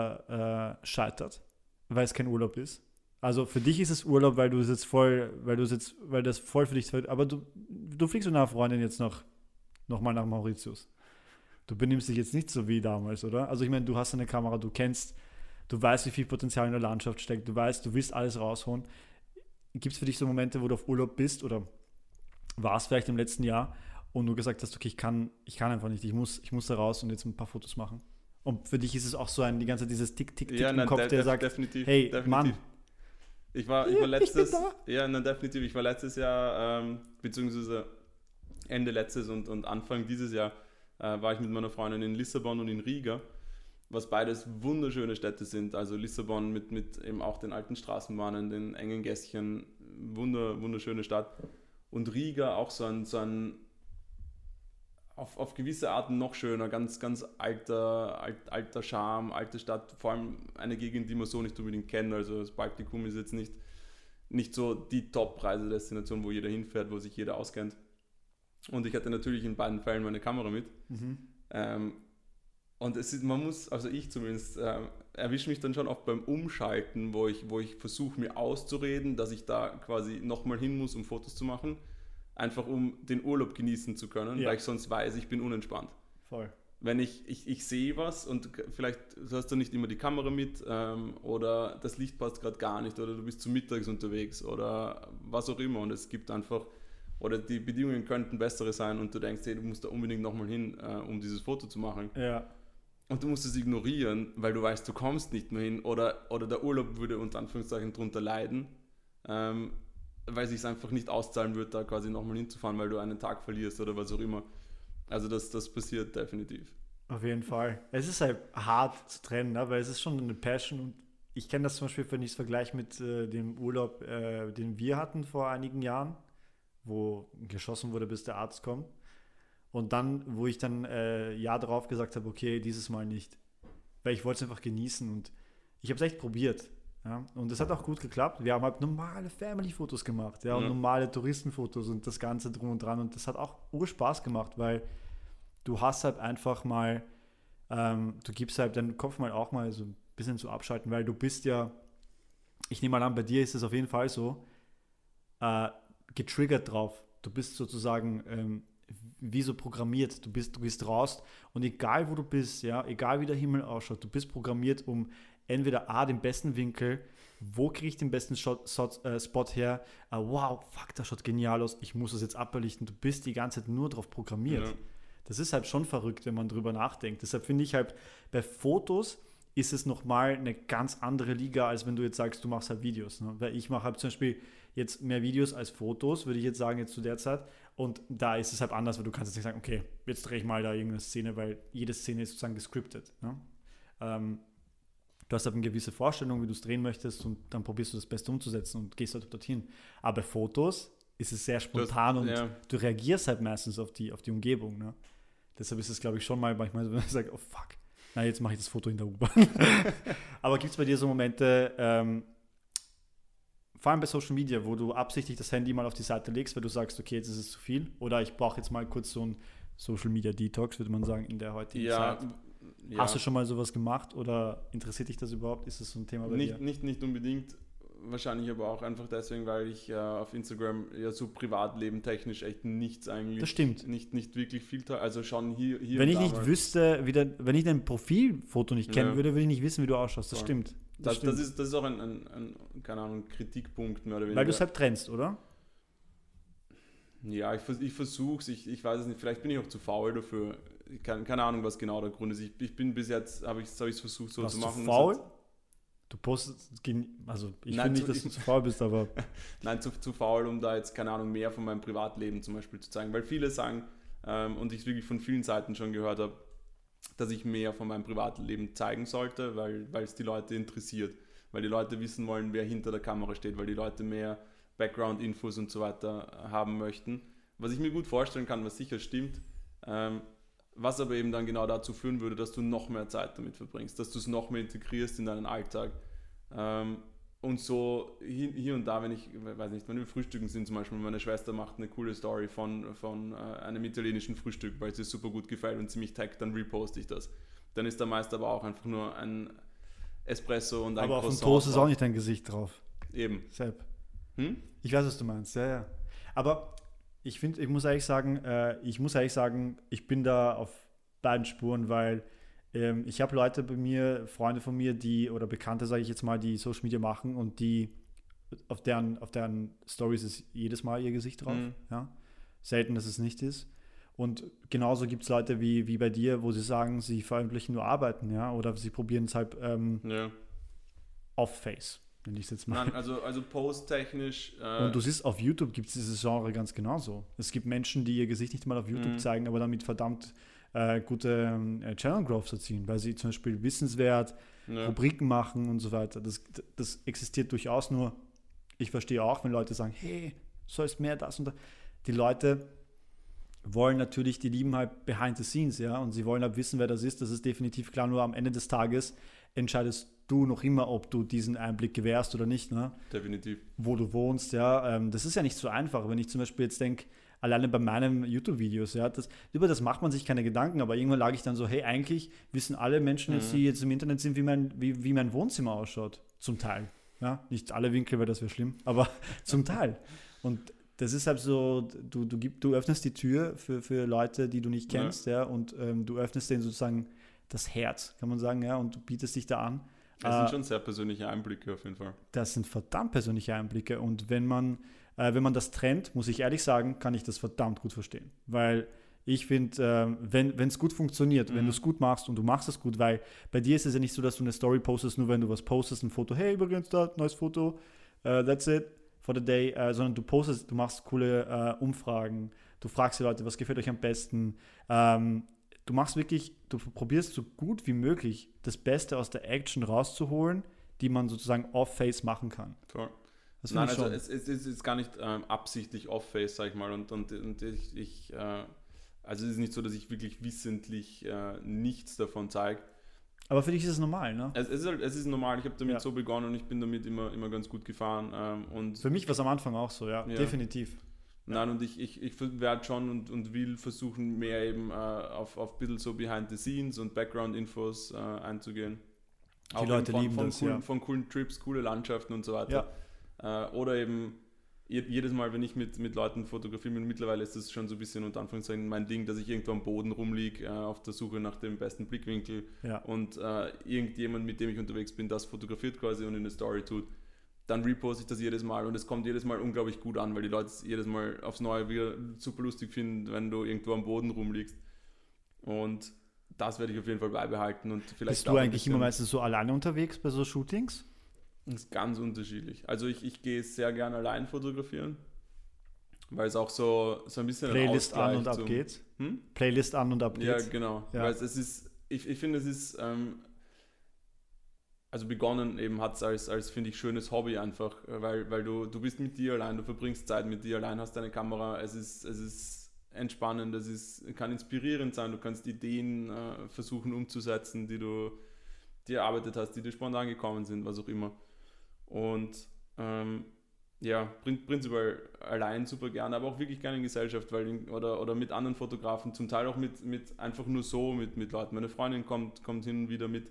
dir äh, scheitert, weil es kein Urlaub ist? Also für dich ist es Urlaub, weil du es jetzt voll, weil du es jetzt, weil das voll für dich wird, aber du, du fliegst mit einer Freundin jetzt noch, noch mal nach Mauritius. Du benimmst dich jetzt nicht so wie damals, oder? Also ich meine, du hast eine Kamera, du kennst, du weißt, wie viel Potenzial in der Landschaft steckt, du weißt, du willst alles rausholen. Gibt es für dich so Momente, wo du auf Urlaub bist oder warst vielleicht im letzten Jahr und du gesagt hast, okay, ich kann, ich kann einfach nicht, ich muss, ich muss da raus und jetzt ein paar Fotos machen. Und für dich ist es auch so ein, die ganze Zeit dieses Tick, Tick, Tick im nein, Kopf, de- der def- sagt, definitiv, hey, definitiv. Mann. Ich war, ich Ja, war ich letztes, bin ja, nein, definitiv. Ich war letztes Jahr, ähm, beziehungsweise Ende letztes und, und Anfang dieses Jahr, äh, war ich mit meiner Freundin in Lissabon und in Riga, was beides wunderschöne Städte sind. Also Lissabon mit, mit eben auch den alten Straßenbahnen, den engen Gässchen, wunder, wunderschöne Stadt. Und Riga auch so ein, so ein auf, auf gewisse Arten noch schöner, ganz, ganz alter, alt, alter Charme, alte Stadt, vor allem eine Gegend, die man so nicht unbedingt kennt. Also das Baltikum ist jetzt nicht, nicht so die Top-Reisedestination, wo jeder hinfährt, wo sich jeder auskennt. Und ich hatte natürlich in beiden Fällen meine Kamera mit. Mhm. Ähm, und es ist, man muss, also ich zumindest, äh, erwische mich dann schon oft beim Umschalten, wo ich, wo ich versuche, mir auszureden, dass ich da quasi nochmal hin muss, um Fotos zu machen. Einfach um den Urlaub genießen zu können, Ja. weil ich sonst weiß, ich bin unentspannt. Voll. Wenn ich, ich, ich sehe was und vielleicht hast du nicht immer die Kamera mit ähm, oder das Licht passt gerade gar nicht oder du bist zu mittags unterwegs oder was auch immer und es gibt einfach, oder die Bedingungen könnten bessere sein und du denkst, hey, du musst da unbedingt nochmal hin, äh, um dieses Foto zu machen. Ja. Und du musst es ignorieren, weil du weißt, du kommst nicht mehr hin oder, oder der Urlaub würde unter Anführungszeichen drunter leiden, ähm, weil es sich einfach nicht auszahlen wird, da quasi nochmal hinzufahren, weil du einen Tag verlierst oder was auch immer. Also das, das passiert definitiv. Auf jeden Fall. Es ist halt hart zu trennen, aber es ist schon eine Passion und ich kenne das zum Beispiel, wenn ich es vergleiche mit äh, dem Urlaub, äh, den wir hatten vor einigen Jahren, wo geschossen wurde, bis der Arzt kommt. Und dann, wo ich dann äh, ja darauf gesagt habe, okay, dieses Mal nicht. Weil ich wollte es einfach genießen und ich habe es echt probiert. Ja? Und es hat auch gut geklappt. Wir haben halt normale Family-Fotos gemacht, ja, und Ja. normale Touristenfotos und das Ganze drum und dran. Und das hat auch Urspaß gemacht, weil du hast halt einfach mal, ähm, du gibst halt deinen Kopf mal auch mal so ein bisschen zu abschalten, weil du bist ja, ich nehme mal an, bei dir ist es auf jeden Fall so, äh, getriggert drauf. Du bist sozusagen ähm, wie so programmiert. Du bist, du gehst raus und egal wo du bist, ja, egal wie der Himmel ausschaut, du bist programmiert, um entweder A, den besten Winkel, wo kriege ich den besten Shot, Shot, äh, Spot her, uh, wow, fuck, das schaut genial aus, ich muss das jetzt abbelichten. Du bist die ganze Zeit nur darauf programmiert. Ja. Das ist halt schon verrückt, wenn man drüber nachdenkt. Deshalb finde ich halt, bei Fotos ist es nochmal eine ganz andere Liga, als wenn du jetzt sagst, du machst halt Videos. Ne? Weil ich mache halt zum Beispiel jetzt mehr Videos als Fotos, würde ich jetzt sagen, jetzt zu der Zeit. Und da ist es halt anders, weil du kannst jetzt nicht sagen, okay, jetzt drehe ich mal da irgendeine Szene, weil jede Szene ist sozusagen gescriptet. Ne? Ähm, du hast halt eine gewisse Vorstellung, wie du es drehen möchtest und dann probierst du das Beste umzusetzen und gehst halt dorthin. Aber bei Fotos ist es sehr spontan das, und ja. du reagierst halt meistens auf die, auf die Umgebung. Ne? Deshalb ist es, glaube ich, schon mal manchmal, wenn man sagt, oh fuck, na jetzt mache ich das Foto in der U-Bahn. Aber gibt es bei dir so Momente, ähm, vor allem bei Social Media, wo du absichtlich das Handy mal auf die Seite legst, weil du sagst, okay, jetzt ist es zu viel, oder ich brauche jetzt mal kurz so einen Social Media Detox, würde man sagen, in der heutigen ja, Zeit. Ja. Hast du schon mal sowas gemacht oder interessiert dich das überhaupt? Ist das so ein Thema bei nicht, dir? Nicht, nicht unbedingt, wahrscheinlich aber auch einfach deswegen, weil ich äh, auf Instagram ja so Privatleben technisch echt nichts eigentlich. Das stimmt. Nicht, nicht wirklich viel, also schon hier, hier Wenn ich nicht mal. wüsste, wie der, wenn ich dein Profilfoto nicht kennen ja. würde, würde ich nicht wissen, wie du ausschaust. Das ja. stimmt. Das, das, das, ist, das ist auch ein, ein, ein, keine Ahnung, Kritikpunkt mehr oder weniger. Weil du es halt trennst, oder? Ja, ich, ich versuche es, ich, ich weiß es nicht, vielleicht bin ich auch zu faul dafür. Ich kann, keine Ahnung, was genau der Grund ist. Ich, ich bin bis jetzt, habe ich es hab versucht so Warst zu machen. Du faul? Du postest, also ich finde nicht, dass du zu faul bist, aber... Nein, zu, zu faul, um da jetzt, keine Ahnung, mehr von meinem Privatleben zum Beispiel zu zeigen. Weil viele sagen, ähm, und ich es wirklich von vielen Seiten schon gehört habe, dass ich mehr von meinem Privatleben zeigen sollte, weil weil es die Leute interessiert. Weil die Leute wissen wollen, wer hinter der Kamera steht, weil die Leute mehr Background-Infos und so weiter haben möchten. Was ich mir gut vorstellen kann, was sicher stimmt, ähm, was aber eben dann genau dazu führen würde, dass du noch mehr Zeit damit verbringst, dass du es noch mehr integrierst in deinen Alltag. Ähm, und so hier, hier und da, wenn ich, weiß nicht, wenn wir frühstücken sind zum Beispiel, meine Schwester macht eine coole Story von, von äh, einem italienischen Frühstück, weil es ihr super gut gefällt und sie mich taggt, dann reposte ich das. Dann ist da meist aber auch einfach nur ein Espresso und ein aber Croissant. Aber auf dem Toast ist auch nicht dein Gesicht drauf. Eben. Sepp. Hm? Ich weiß, was du meinst, ja, ja. Aber ich finde, ich muss ehrlich sagen, äh, ich muss ehrlich sagen, ich bin da auf beiden Spuren, weil ähm, ich habe Leute bei mir, Freunde von mir, die, oder Bekannte, sage ich jetzt mal, die Social Media machen und die, auf deren, auf deren Stories ist jedes Mal ihr Gesicht drauf, mhm. ja. Selten, dass es nicht ist. Und genauso gibt es Leute wie, wie bei dir, wo sie sagen, sie veröffentlichen nur Arbeiten, ja, oder sie probieren es halt ähm, ja. off-Face. Wenn ich es jetzt mal. Nein, also, also posttechnisch. Äh und du siehst, auf YouTube gibt es dieses Genre ganz genauso. Es gibt Menschen, die ihr Gesicht nicht mal auf YouTube mhm. zeigen, aber damit verdammt äh, gute äh, Channel Growths erzielen, weil sie zum Beispiel wissenswert ja. Rubriken machen und so weiter. Das, das existiert durchaus, nur ich verstehe auch, wenn Leute sagen, hey, sollst mehr das und das. Die Leute wollen natürlich, die lieben halt behind the scenes, ja, und sie wollen halt wissen, wer das ist. Das ist definitiv klar, nur am Ende des Tages entscheidest du noch immer, ob du diesen Einblick gewährst oder nicht, ne? Definitiv. Wo du wohnst, ja. Ähm, das ist ja nicht so einfach. Wenn ich zum Beispiel jetzt denke, alleine bei meinen YouTube-Videos, ja, das, über das macht man sich keine Gedanken, aber irgendwann lag ich dann so, hey, eigentlich wissen alle Menschen jetzt, mhm. die jetzt im Internet sind, wie mein, wie, wie mein Wohnzimmer ausschaut. Zum Teil. Ja? Nicht alle Winkel, weil das wäre schlimm, aber zum Teil. Und das ist halt so, du, du, gib, du öffnest die Tür für, für Leute, die du nicht kennst, ja, ja und ähm, du öffnest denen sozusagen das Herz, kann man sagen, ja, und du bietest dich da an. Das sind äh, schon sehr persönliche Einblicke auf jeden Fall. Das sind verdammt persönliche Einblicke und wenn man, äh, wenn man das trennt, muss ich ehrlich sagen, kann ich das verdammt gut verstehen, weil ich finde, äh, wenn es gut funktioniert, mhm. wenn du es gut machst und du machst es gut, weil bei dir ist es ja nicht so, dass du eine Story postest, nur wenn du was postest, ein Foto, hey, übrigens da, neues Foto, uh, that's it for the day, äh, sondern du postest, du machst coole äh, Umfragen, du fragst die Leute, was gefällt euch am besten, ähm, du machst wirklich, du probierst so gut wie möglich das Beste aus der Action rauszuholen, die man sozusagen off-face machen kann. Cool. Das Nein, also es, es ist jetzt gar nicht ähm, absichtlich off-face, sag ich mal, und, und, und ich, ich äh, also es ist nicht so, dass ich wirklich wissentlich äh, nichts davon zeige. Aber für dich ist es normal, ne? Es, es, ist, halt, es ist normal, ich habe damit ja. so begonnen und ich bin damit immer, immer ganz gut gefahren. Ähm, und für mich war es am Anfang auch so, ja, ja. definitiv. Nein, und ich, ich, ich werde schon und, und will versuchen, mehr eben äh, auf, auf ein bisschen so Behind the Scenes und Background-Infos äh, einzugehen. Die auch Leute von, lieben von das, coolen, ja. Von coolen Trips, coole Landschaften und so weiter. Ja. Äh, oder eben jedes Mal, wenn ich mit, mit Leuten fotografiere, mittlerweile ist das schon so ein bisschen unter Anführungszeichen mein Ding, dass ich irgendwo am Boden rumliege, äh, auf der Suche nach dem besten Blickwinkel Ja. und äh, irgendjemand, mit dem ich unterwegs bin, das fotografiert quasi und in eine Story tut, dann reposte ich das jedes Mal und es kommt jedes Mal unglaublich gut an, weil die Leute es jedes Mal aufs Neue wieder super lustig finden, wenn du irgendwo am Boden rumliegst. Und das werde ich auf jeden Fall beibehalten. Und vielleicht Bist du eigentlich immer meistens so alleine unterwegs bei so Shootings? Das ist ganz unterschiedlich. Also ich, ich gehe sehr gerne allein fotografieren, weil es auch so, so ein bisschen Playlist ein an und ab zum, geht's. Hm? Playlist an und ab geht's. Ja, genau. Ja. Weil es ist, ich, ich finde, es ist, ähm, also begonnen eben hat es als, als finde ich, schönes Hobby einfach, weil, weil du, du bist mit dir allein, du verbringst Zeit mit dir allein, hast deine Kamera, es ist, es ist entspannend, es ist, kann inspirierend sein, du kannst Ideen äh, versuchen umzusetzen, die du dir erarbeitet hast, die dir spontan gekommen sind, was auch immer. Und ähm, ja, prinzipiell allein super gerne, aber auch wirklich gerne in Gesellschaft, weil oder, oder mit anderen Fotografen, zum Teil auch mit, mit einfach nur so mit, mit Leuten. Meine Freundin kommt, kommt hin und wieder mit.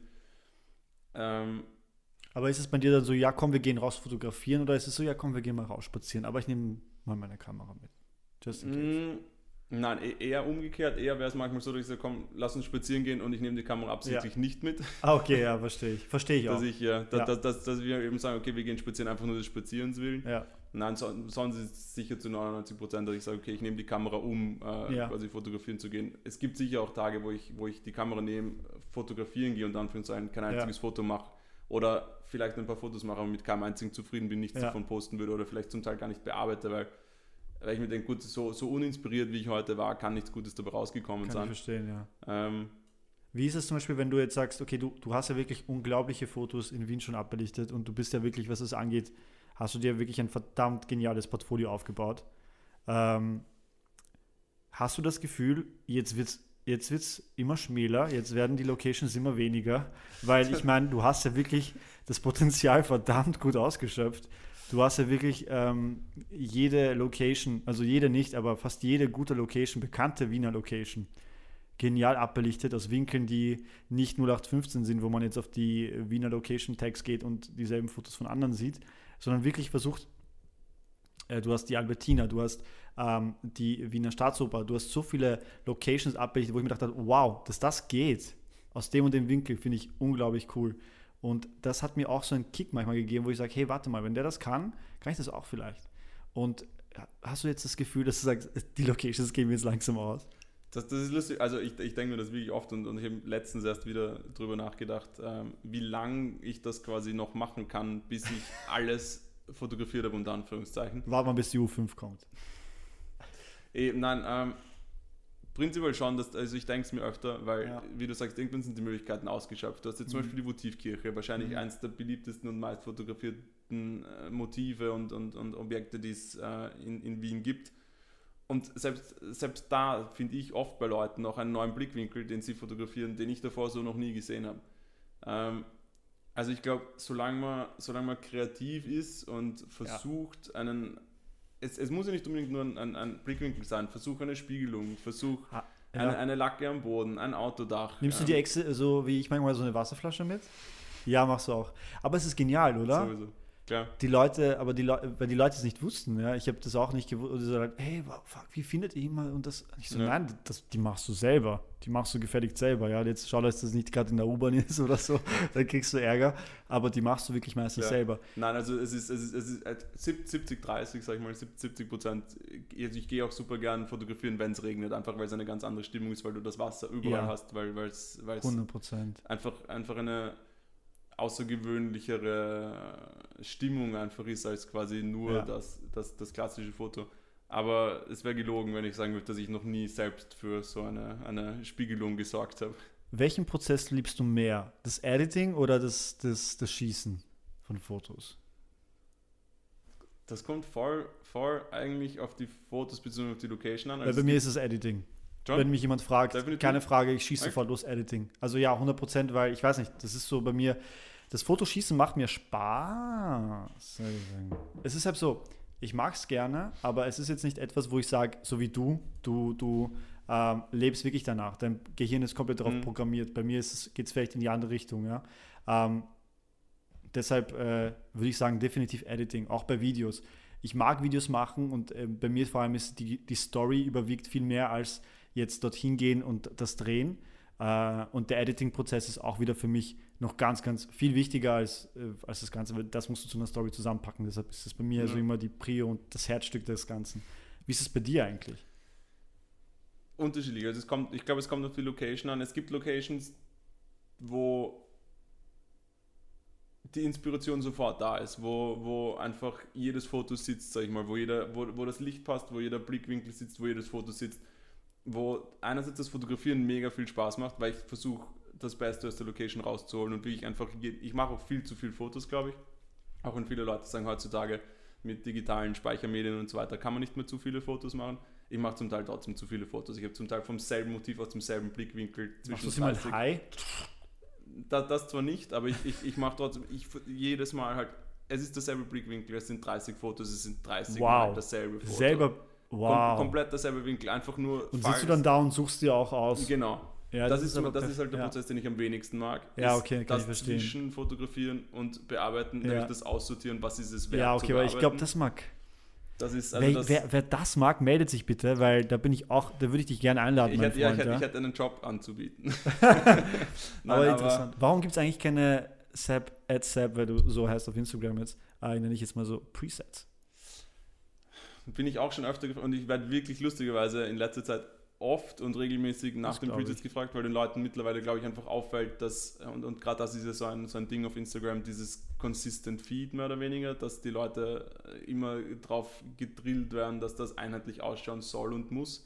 Ähm, aber ist es bei dir dann so, ja komm, wir gehen raus fotografieren oder ist es so, ja komm, wir gehen mal raus spazieren, aber ich nehme mal meine Kamera mit. Just in case. Nein, eher umgekehrt. Eher wäre es manchmal so, dass ich sage, komm, lass uns spazieren gehen und ich nehme die Kamera absichtlich ja. nicht mit. Ah, okay, ja, verstehe ich. Verstehe ich dass auch. Ich, ja, dass, ja. Dass, dass, dass wir eben sagen, okay, wir gehen spazieren, einfach nur des Spazierens willen. Ja. Nein, so, sonst ist es sicher zu neunundneunzig Prozent, dass ich sage, okay, ich nehme die Kamera, um äh, ja. quasi fotografieren zu gehen. Es gibt sicher auch Tage, wo ich, wo ich die Kamera nehme, fotografieren gehe und dann kein einziges ja. Foto mache. Oder vielleicht ein paar Fotos mache, aber mit keinem einzigen zufrieden bin, nichts ja. davon posten würde oder vielleicht zum Teil gar nicht bearbeite, weil weil ich mir denke, gut, so, so uninspiriert wie ich heute war, kann nichts Gutes dabei rausgekommen kann sein. Kann ich verstehen, ja. Ähm, wie ist es zum Beispiel, wenn du jetzt sagst, okay, du, du hast ja wirklich unglaubliche Fotos in Wien schon abbelichtet und du bist ja wirklich, was das angeht, hast du dir wirklich ein verdammt geniales Portfolio aufgebaut. Ähm, hast du das Gefühl, jetzt wird es jetzt wird's immer schmäler, jetzt werden die Locations immer weniger, weil ich meine, du hast ja wirklich das Potenzial verdammt gut ausgeschöpft. Du hast ja wirklich ähm, jede Location, also jede nicht, aber fast jede gute Location, bekannte Wiener Location, genial abbelichtet aus Winkeln, die nicht null acht fünfzehn sind, wo man jetzt auf die Wiener Location Tags geht und dieselben Fotos von anderen sieht, sondern wirklich versucht, äh, du hast die Albertina, du hast ähm, die Wiener Staatsoper, du hast so viele Locations abbelichtet, wo ich mir gedacht habe, wow, dass das geht, aus dem und dem Winkel, finde ich unglaublich cool. Und das hat mir auch so einen Kick manchmal gegeben, wo ich sage, hey, warte mal, wenn der das kann, kann ich das auch vielleicht. Und hast du jetzt das Gefühl, dass du sagst, die Locations gehen jetzt langsam aus? Das, das ist lustig. Also ich, ich denke mir das wirklich oft und, und ich habe letztens erst wieder drüber nachgedacht, ähm, wie lange ich das quasi noch machen kann, bis ich alles fotografiert habe, unter Anführungszeichen. Warte mal, bis die U fünf kommt. E, nein, ähm, prinzipiell schon, dass, also ich denke es mir öfter, weil, ja. wie du sagst, irgendwann sind die Möglichkeiten ausgeschöpft. Du hast jetzt zum mhm. Beispiel die Votivkirche, wahrscheinlich mhm. eines der beliebtesten und meist fotografierten äh, Motive und, und, und Objekte, die es äh, in, in Wien gibt. Und selbst, selbst da finde ich oft bei Leuten noch einen neuen Blickwinkel, den sie fotografieren, den ich davor so noch nie gesehen habe. Ähm, also ich glaube, solange man, solange man kreativ ist und versucht, ja. einen Es, es muss ja nicht unbedingt nur ein, ein, ein Blickwinkel sein. Versuch eine Spiegelung, versuch ja. eine, eine Lacke am Boden, ein Autodach. Nimmst du die Exe, so wie ich manchmal so eine Wasserflasche mit? Ja, machst du auch. Aber es ist genial, oder? Sowieso, klar. Die Leute, aber die Leute, weil die Leute es nicht wussten, ja, ich habe das auch nicht gewusst. Und die sagen, hey, fuck, wie findet ihr immer? Und das, ich so, ja. nein, das, die machst du selber. Die machst du gefälligst selber, ja. Jetzt schau, dass das nicht gerade in der U-Bahn ist oder so, dann kriegst du Ärger. Aber die machst du wirklich meistens ja. selber. Nein, also es ist, es ist, es ist siebzig dreißig, sag ich mal, siebzig Prozent. Also ich gehe auch super gern fotografieren, wenn es regnet, einfach weil es eine ganz andere Stimmung ist, weil du das Wasser überall ja. hast, weil es hundert Prozent einfach, einfach eine außergewöhnlichere Stimmung einfach ist, als quasi nur ja. das, das, das klassische Foto. Aber es wäre gelogen, wenn ich sagen würde, dass ich noch nie selbst für so eine, eine Spiegelung gesorgt habe. Welchen Prozess liebst du mehr? Das Editing oder das, das, das Schießen von Fotos? Das kommt voll, voll eigentlich auf die Fotos bzw. auf die Location an. Also Weil bei mir ist es Editing. John? Wenn mich jemand fragt, Definitiv. keine Frage, ich schieße sofort los Editing. Also ja, hundert Prozent, weil ich weiß nicht, das ist so bei mir, das Fotoschießen macht mir Spaß. Es ist halt so, ich mag es gerne, aber es ist jetzt nicht etwas, wo ich sage, so wie du, du, du ähm, lebst wirklich danach. Dein Gehirn ist komplett darauf mhm. programmiert. Bei mir geht es vielleicht in die andere Richtung. Ja? Ähm, deshalb äh, würde ich sagen, definitiv Editing, auch bei Videos. ich mag Videos machen und äh, bei mir vor allem ist die, die Story überwiegt viel mehr als jetzt dorthin gehen und das Drehen. Uh, und der Editing-Prozess ist auch wieder für mich noch ganz, ganz viel wichtiger als, äh, als das Ganze, weil das musst du zu einer Story zusammenpacken. Deshalb ist das bei mir ja. also immer die Prio und das Herzstück des Ganzen. Wie ist es bei dir eigentlich? Unterschiedlich. Also es kommt, ich glaube, es kommt auf die Location an. Es gibt Locations, wo die Inspiration sofort da ist, wo, wo einfach jedes Foto sitzt, sag ich mal, wo, jeder, wo, wo das Licht passt, wo jeder Blickwinkel sitzt, wo jedes Foto sitzt, wo einerseits das Fotografieren mega viel Spaß macht, weil ich versuche, das Beste aus der Location rauszuholen und wie ich einfach, ich mache auch viel zu viele Fotos, glaube ich. Auch wenn viele Leute sagen, heutzutage mit digitalen Speichermedien und so weiter kann man nicht mehr zu viele Fotos machen. Ich mache zum Teil trotzdem zu viele Fotos. Ich habe zum Teil vom selben Motiv aus demselben Blickwinkel zwischen Machst du mal high? Das, das zwar nicht, aber ich, ich, ich mache trotzdem, ich, jedes Mal halt, es ist derselbe Blickwinkel, es sind dreißig Fotos, es sind dreißig wow. Mal dasselbe Foto. Selber Wow. Kom- komplett derselbe Winkel, einfach nur und falsch. sitzt du dann da und suchst dir auch aus? Genau. Ja, das, das, ist, ist, das ist halt der ja. Prozess, den ich am wenigsten mag. Ja, okay, kann das ich verstehen. Zwischen fotografieren und bearbeiten, ja. nämlich das aussortieren, was ist es wert Ja, okay, zu aber ich glaube, das mag. Das ist, also wer, das, wer, wer das mag, meldet sich bitte, weil da bin ich auch, da würde ich dich gerne einladen, ich mein hätte, ja, Freund. ich, hätte, ja. ich hätte einen Job anzubieten. Nein, aber, aber interessant. Warum gibt es eigentlich keine Seb, at Seb, weil du so heißt auf Instagram jetzt, äh, nenne ich jetzt mal so Presets? Bin ich auch schon öfter gefragt und ich werde wirklich lustigerweise in letzter Zeit oft und regelmäßig nach das den Presets gefragt, weil den Leuten mittlerweile, glaube ich, einfach auffällt, dass, und, und gerade das ist ja so ein, so ein Ding auf Instagram, dieses Consistent Feed mehr oder weniger, dass die Leute immer drauf gedrillt werden, dass das einheitlich ausschauen soll und muss.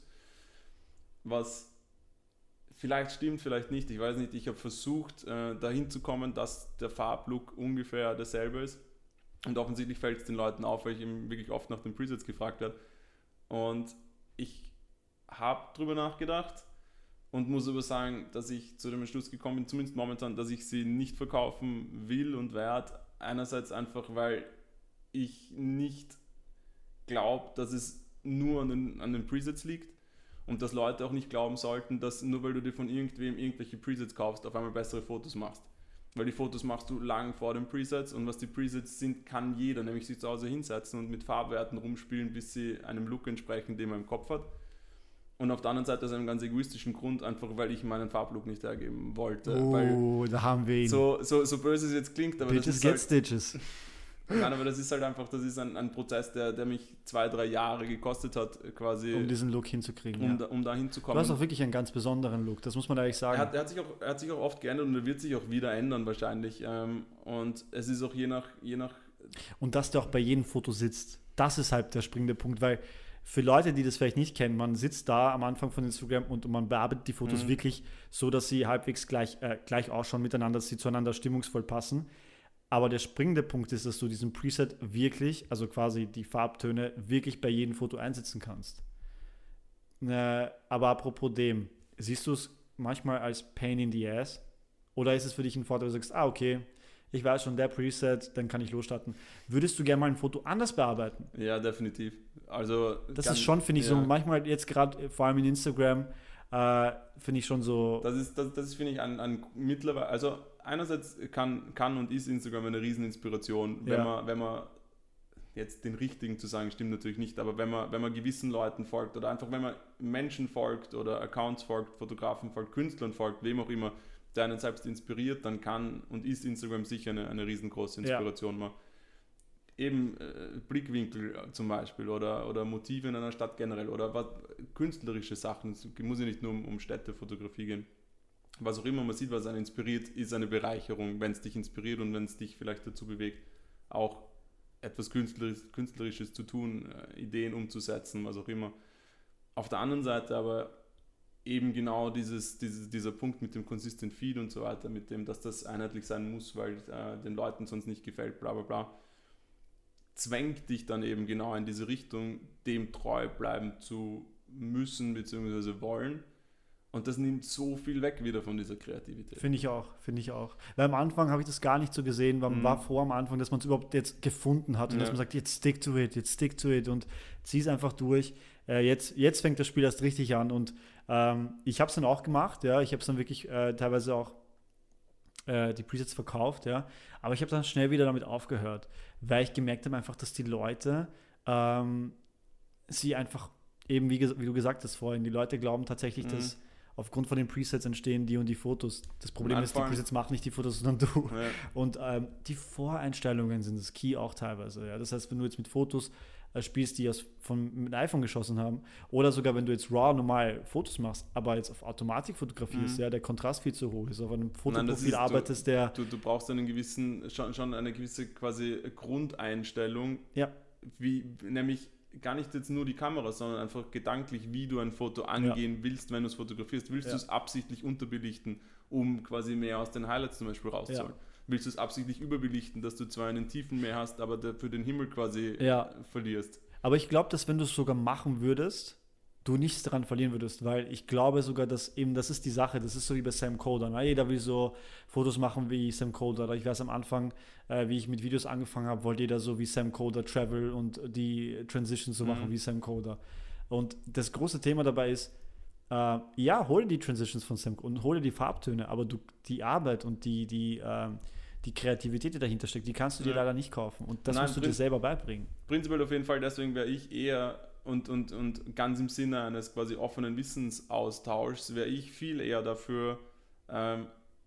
Was vielleicht stimmt, vielleicht nicht, ich weiß nicht, ich habe versucht, äh, dahin zu kommen, dass der Farblook ungefähr derselbe ist. Und offensichtlich fällt es den Leuten auf, weil ich eben wirklich oft nach den Presets gefragt werde. Und ich habe drüber nachgedacht und muss aber sagen, dass ich zu dem Entschluss gekommen bin, zumindest momentan, dass ich sie nicht verkaufen will und werde. Einerseits einfach, weil ich nicht glaube, dass es nur an den, an den Presets liegt und dass Leute auch nicht glauben sollten, dass nur weil du dir von irgendwem irgendwelche Presets kaufst, auf einmal bessere Fotos machst. Weil die Fotos machst du lang vor den Presets und was die Presets sind, kann jeder, nämlich sich zu Hause hinsetzen und mit Farbwerten rumspielen, bis sie einem Look entsprechen, den man im Kopf hat. Und auf der anderen Seite aus einem ganz egoistischen Grund, einfach weil ich meinen Farblook nicht hergeben wollte. Oh, weil da haben wir ihn. So, so, so böse es jetzt klingt, aber Bitches das ist get halt, stitches. Nein, aber das ist halt einfach, das ist ein, ein Prozess, der, der mich zwei, drei Jahre gekostet hat, quasi. Um diesen Look hinzukriegen. Um, ja. da, um da hinzukommen. Du hast auch wirklich einen ganz besonderen Look, das muss man ehrlich sagen. Er hat, er hat, sich, auch, er hat sich auch oft geändert und er wird sich auch wieder ändern wahrscheinlich. Und es ist auch je nach, je nach... Und dass der auch bei jedem Foto sitzt, das ist halt der springende Punkt, weil für Leute, die das vielleicht nicht kennen, man sitzt da am Anfang von Instagram und man bearbeitet die Fotos mhm. wirklich so, dass sie halbwegs gleich, äh, gleich ausschauen miteinander, dass sie zueinander stimmungsvoll passen. Aber der springende Punkt ist, dass du diesen Preset wirklich, also quasi die Farbtöne, wirklich bei jedem Foto einsetzen kannst. Äh, aber apropos dem, siehst du es manchmal als Pain in the Ass? Oder ist es für dich ein Vorteil, wo du sagst, ah, okay, ich weiß schon, der Preset, dann kann ich losstarten. Würdest du gerne mal ein Foto anders bearbeiten? Ja, definitiv. Also das kann, ist schon, finde ich, ja. so manchmal jetzt gerade, vor allem in Instagram, äh, finde ich schon so... Das ist, das, das ist finde ich, ein, ein mittlerweile, also einerseits kann, kann und ist Instagram eine Rieseninspiration, wenn, ja. man, wenn man jetzt den richtigen zu sagen, stimmt natürlich nicht, aber wenn man, wenn man gewissen Leuten folgt oder einfach wenn man Menschen folgt oder Accounts folgt, Fotografen folgt, Künstlern folgt, wem auch immer, der einen selbst inspiriert, dann kann und ist Instagram sicher eine, eine riesengroße Inspiration. Ja. Mal. Eben äh, Blickwinkel zum Beispiel oder, oder Motive in einer Stadt generell oder was, künstlerische Sachen, es muss ja nicht nur um, um Städtefotografie gehen. Was auch immer man sieht, was einen inspiriert, ist eine Bereicherung, wenn es dich inspiriert und wenn es dich vielleicht dazu bewegt, auch etwas Künstlerisches, Künstlerisches zu tun, äh, Ideen umzusetzen, was auch immer. Auf der anderen Seite aber eben genau dieses, dieses, dieser Punkt mit dem Consistent Feed und so weiter, mit dem, dass das einheitlich sein muss, weil äh, den Leuten sonst nicht gefällt, bla bla bla, zwängt dich dann eben genau in diese Richtung, dem treu bleiben zu müssen bzw. wollen. Und das nimmt so viel weg wieder von dieser Kreativität. Finde ich auch, finde ich auch. Weil am Anfang habe ich das gar nicht so gesehen, man mhm. war vor am Anfang, dass man es überhaupt jetzt gefunden hat und ja. dass man sagt, jetzt stick to it, jetzt stick to it und zieh es einfach durch. Äh, jetzt, jetzt fängt das Spiel erst richtig an und ähm, ich habe es dann auch gemacht, ja, ich habe es dann wirklich äh, teilweise auch äh, die Presets verkauft, ja, aber ich habe dann schnell wieder damit aufgehört, weil ich gemerkt habe einfach, dass die Leute ähm, sie einfach eben, wie, wie du gesagt hast vorhin, die Leute glauben tatsächlich, mhm. dass aufgrund von den Presets entstehen die und die Fotos. Das Problem ist, die Presets machen nicht die Fotos, sondern du. Ja. Und ähm, die Voreinstellungen sind das Key auch teilweise. Ja? Das heißt, wenn du jetzt mit Fotos äh, spielst, die aus, von, mit einem iPhone geschossen haben, oder sogar wenn du jetzt RAW normal Fotos machst, aber jetzt auf Automatik fotografierst, mhm. ja, der Kontrast viel zu hoch ist, auf einem Fotoprofil Nein, arbeitest, du, der... Du, du brauchst einen gewissen, schon, schon eine gewisse quasi Grundeinstellung, ja. wie nämlich gar nicht jetzt nur die Kamera, sondern einfach gedanklich, wie du ein Foto angehen ja. willst, wenn du es fotografierst. Willst ja. du es absichtlich unterbelichten, um quasi mehr aus den Highlights zum Beispiel rauszuholen? Ja. Willst du es absichtlich überbelichten, dass du zwar einen Tiefen mehr hast, aber für den Himmel quasi ja. verlierst? Aber ich glaube, dass wenn du es sogar machen würdest, du nichts daran verlieren würdest, weil ich glaube sogar, dass eben, das ist die Sache, das ist so wie bei Sam Coder. Ne? Jeder will so Fotos machen wie Sam Coder. Oder ich weiß am Anfang, äh, wie ich mit Videos angefangen habe, wollte jeder so wie Sam Coder Travel und die Transitions so mhm. machen wie Sam Coder. Und das große Thema dabei ist, äh, ja, hol dir die Transitions von Sam und hol dir die Farbtöne, aber du, die Arbeit und die, die, äh, die Kreativität, die dahinter steckt, die kannst du dir ja. leider nicht kaufen. Und das Nein, musst du dir selber beibringen. Prinzipiell auf jeden Fall, deswegen wäre ich eher Und, und, und ganz im Sinne eines quasi offenen Wissensaustauschs wäre ich viel eher dafür, ähm,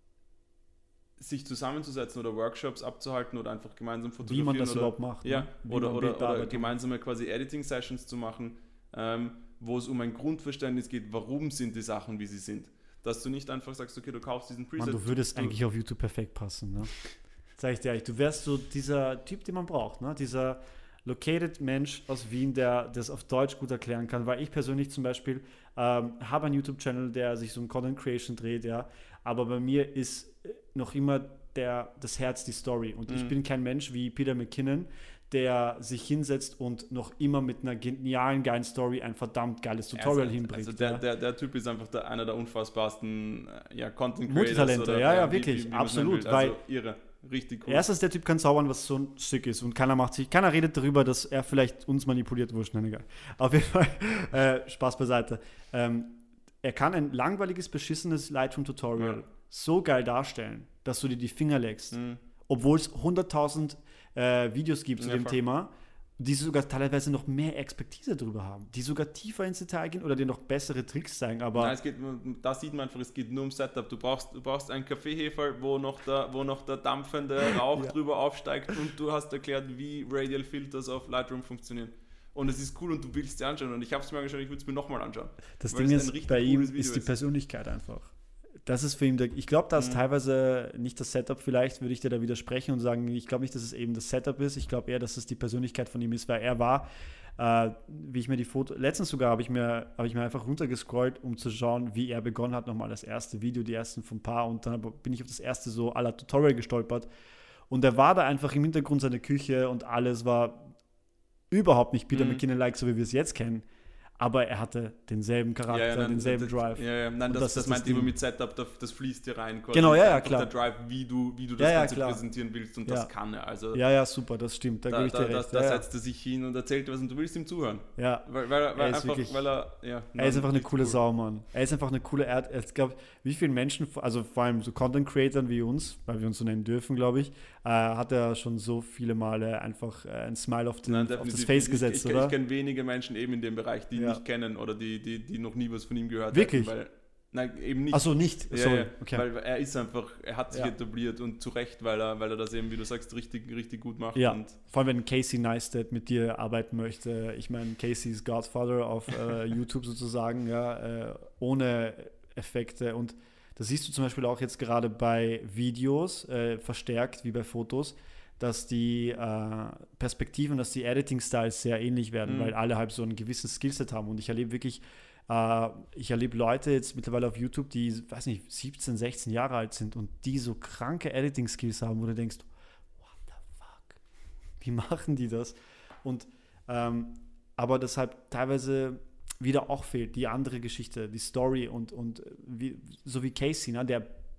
sich zusammenzusetzen oder Workshops abzuhalten oder einfach gemeinsam fotografieren. Wie man das oder, überhaupt macht. Ja, ne? oder, oder, oder gemeinsame quasi Editing-Sessions zu machen, ähm, wo es um ein Grundverständnis geht, warum sind die Sachen, wie sie sind. Dass du nicht einfach sagst, okay, du kaufst diesen Preset. Mann, du würdest du, eigentlich auf YouTube perfekt passen. Ne? Sag ich dir ehrlich, du wärst so dieser Typ, den man braucht, ne? Dieser located Mensch aus Wien, der das auf Deutsch gut erklären kann, weil ich persönlich zum Beispiel ähm, habe einen YouTube-Channel, der sich so um Content Creation dreht, ja, aber bei mir ist noch immer der, das Herz die Story und mhm. ich bin kein Mensch wie Peter McKinnon, der sich hinsetzt und noch immer mit einer genialen, geilen Story ein verdammt geiles Tutorial also, hinbringt. Also der, ja. der, der Typ ist einfach der, einer der unfassbarsten ja, Content Creators. Multitalente, oder, ja, ja, wie, wirklich, wie, wie absolut. Also weil irre. Richtig cool. Erstens, der Typ kann zaubern, was so sick ist und keiner macht sich, keiner redet darüber, dass er vielleicht uns manipuliert, wurscht, nein, egal. Auf jeden Fall, äh, Spaß beiseite. Ähm, er kann ein langweiliges, beschissenes Lightroom-Tutorial ja. so geil darstellen, dass du dir die Finger legst, mhm. obwohl es hunderttausend äh, Videos gibt zu ja, dem voll. Thema, die sogar teilweise noch mehr Expertise drüber haben, die sogar tiefer ins Detail gehen oder dir noch bessere Tricks zeigen. Aber Nein, es geht, da sieht man einfach, es geht nur um Setup. Du brauchst, du brauchst einen Kaffeehefer, wo noch der, wo noch der dampfende Rauch ja. drüber aufsteigt und du hast erklärt, wie Radial Filters auf Lightroom funktionieren. Und es ist cool und du willst dir anschauen. Und ich habe es mir angeschaut, ich würde es mir nochmal anschauen. Das Ding ist, bei ihm ist die Persönlichkeit einfach. Das ist für ihn, der, ich glaube, da ist mhm. teilweise nicht das Setup, vielleicht würde ich dir da widersprechen und sagen, ich glaube nicht, dass es eben das Setup ist, ich glaube eher, dass es die Persönlichkeit von ihm ist, weil er war, äh, wie ich mir die Fotos, letztens sogar habe ich, mir, hab ich mir einfach runtergescrollt, um zu schauen, wie er begonnen hat, nochmal das erste Video, die ersten von ein paar und dann bin ich auf das erste so à la Tutorial gestolpert und er war da einfach im Hintergrund seine Küche und alles war überhaupt nicht Peter mhm. McKinnon-like, so wie wir es jetzt kennen. Aber er hatte denselben Charakter, ja, ja, nein, denselben das, Drive. Ja, ja, nein, das, das, das, das meint immer mit Setup, das fließt dir rein. Genau, ja, ja, klar. Der Drive, wie du, wie du das ja, Ganze ja, präsentieren willst und ja. das kann er. Also, ja, ja, super, das stimmt, da, da gebe ich dir da, recht. Da, da ja, setzt er sich hin und erzählt was und du willst ihm zuhören. Ja, weil, weil, weil, er, ist einfach, wirklich, weil er, ja, er ist einfach eine coole cool. Sau, Mann. Er ist einfach eine coole, er, er glaube, wie viele Menschen, also vor allem so Content-Creatern wie uns, weil wir uns so nennen dürfen, glaube ich, äh, hat er schon so viele Male einfach äh, ein Smile auf, den, nein, auf das Face ich, gesetzt, ich, ich, oder? Ich kenne wenige Menschen eben in dem Bereich, die ihn ja. nicht kennen oder die, die, die noch nie was von ihm gehört Wirklich? haben. Weil, nein, eben nicht. Ach so, nicht? Ja, Sorry. ja, okay. Weil er ist einfach, er hat sich ja. etabliert und zu Recht, weil er, weil er das eben, wie du sagst, richtig, richtig gut macht. Ja, und vor allem wenn Casey Neistat mit dir arbeiten möchte. Ich meine, Casey ist Godfather auf äh, YouTube sozusagen, ja, äh, ohne Effekte und das siehst du zum Beispiel auch jetzt gerade bei Videos, äh, verstärkt wie bei Fotos, dass die äh, Perspektiven, dass die Editing-Styles sehr ähnlich werden, mhm. weil alle halt so ein gewisses Skillset haben. Und ich erlebe wirklich, äh, ich erlebe Leute jetzt mittlerweile auf YouTube, die, weiß nicht, siebzehn, sechzehn Jahre alt sind und die so kranke Editing-Skills haben, wo du denkst, what the fuck? Wie machen die das? Und ähm, aber deshalb teilweise wieder auch fehlt die andere Geschichte, die Story und, und wie, so wie Casey, ne, der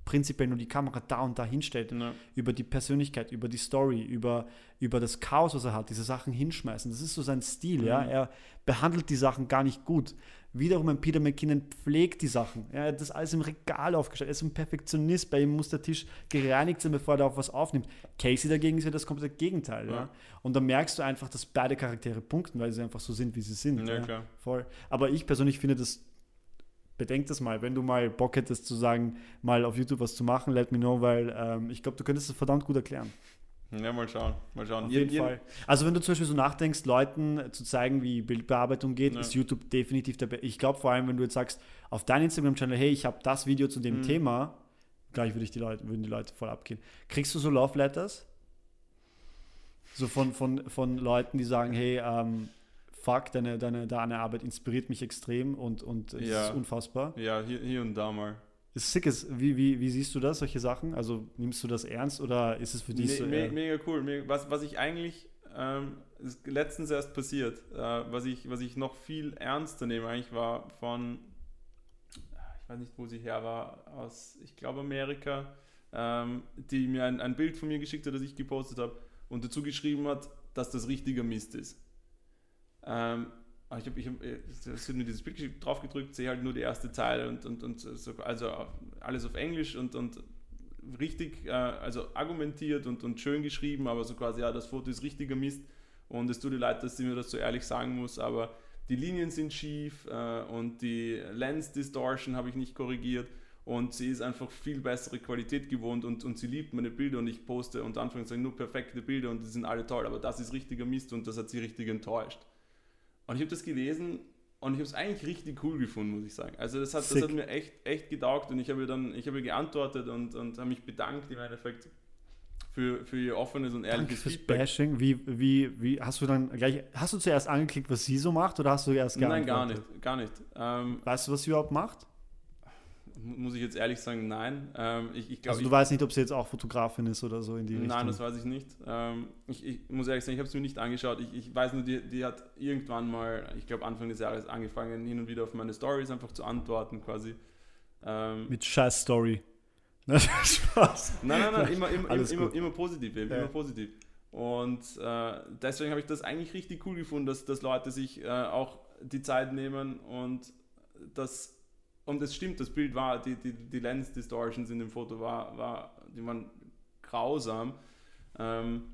prinzipiell nur die Kamera da und da hinstellt, Ja. über die Persönlichkeit, über die Story, über, über das Chaos, was er hat, diese Sachen hinschmeißen. Das ist so sein Stil, Mhm. ja. Er behandelt die Sachen gar nicht gut. Wiederum ein Peter McKinnon pflegt die Sachen. Er hat das alles im Regal aufgestellt. Er ist ein Perfektionist. Bei ihm muss der Tisch gereinigt sein, bevor er da auch was aufnimmt. Casey dagegen ist ja das komplette Gegenteil. Ja. Ja. Und da merkst du einfach, dass beide Charaktere punkten, weil sie einfach so sind, wie sie sind. Ja, klar. Voll. Aber ich persönlich finde das, bedenk das mal, wenn du mal Bock hättest zu sagen, mal auf YouTube was zu machen, let me know, weil ähm, ich glaube, du könntest es verdammt gut erklären. Ja, mal schauen. Mal schauen. Auf Je- jeden je- Fall. Also wenn du zum Beispiel so nachdenkst, Leuten zu zeigen, wie Bildbearbeitung geht, Ja. ist YouTube definitiv der Be- Ich glaube vor allem, wenn du jetzt sagst, auf deinem Instagram-Channel, hey, ich habe das Video zu dem Mhm. Thema, gleich würde ich die Leute, würden die Leute voll abgehen. Kriegst du so Love Letters? So von, von, von Leuten, die sagen, hey, ähm, fuck, deine, deine, deine Arbeit inspiriert mich extrem und, und es Ja. ist unfassbar. Ja, hier, hier und da mal. Ist sick. Ist, wie, wie, wie siehst du das, solche Sachen? Also nimmst du das ernst oder ist es für dich Me so me eher- mega cool. Mega, was, was ich eigentlich, ähm, ist letztens erst passiert, äh, was, ich, was ich noch viel ernster nehme, eigentlich war von, ich weiß nicht, wo sie her war, aus, ich glaube, Amerika, ähm, die mir ein, ein Bild von mir geschickt hat, das ich gepostet habe und dazu geschrieben hat, dass das richtiger Mist ist. Ähm, aber ich habe ich hab, es wird mir dieses Bild geschickt, drauf gedrückt, sehe halt nur die erste Zeile und, und, und so, also alles auf Englisch und, und richtig, äh, also argumentiert und, und schön geschrieben, aber so quasi, ja, das Foto ist richtiger Mist und es tut mir leid, dass sie mir das so ehrlich sagen muss, aber die Linien sind schief äh, und die Lens Distortion habe ich nicht korrigiert und sie ist einfach viel bessere Qualität gewohnt und, und sie liebt meine Bilder und ich poste unter Anführungszeichen nur perfekte Bilder und die sind alle toll, aber das ist richtiger Mist und das hat sie richtig enttäuscht. Und ich habe das gelesen und ich habe es eigentlich richtig cool gefunden, muss ich sagen. Also das hat, das hat mir echt, echt getaugt und ich habe ihr dann, ich habe ihr geantwortet und, und habe mich bedankt im Endeffekt für, für ihr offenes und Danke ehrliches fürs Feedback. Bashing. Wie, wie, wie hast du dann gleich, hast du zuerst angeklickt, was sie so macht oder hast du erst Nein, geantwortet? gar nicht, gar nicht. Ähm, Weißt du, was sie überhaupt macht? mu- muss ich jetzt ehrlich sagen, nein. Ähm, ich ich glaube, Also du weißt nicht, ob sie jetzt auch Fotografin ist oder so in die Richtung. Nein, das weiß ich nicht. Ähm, ich, ich muss ehrlich sagen, ich habe es mir nicht angeschaut. Ich, ich weiß nur, die, die hat irgendwann mal, ich glaube Anfang des Jahres, angefangen, hin und wieder auf meine Stories einfach zu antworten quasi. Ähm, Mit Scheiß-Story. Spaß. nein, nein, nein, immer, immer, Alles immer, gut. immer positiv, eben, Ja. immer positiv. Und äh, deswegen habe ich das eigentlich richtig cool gefunden, dass, dass Leute sich äh, auch die Zeit nehmen und das, und es stimmt, das Bild war, die, die, die Lens Distortions in dem Foto war, war die waren grausam, ähm,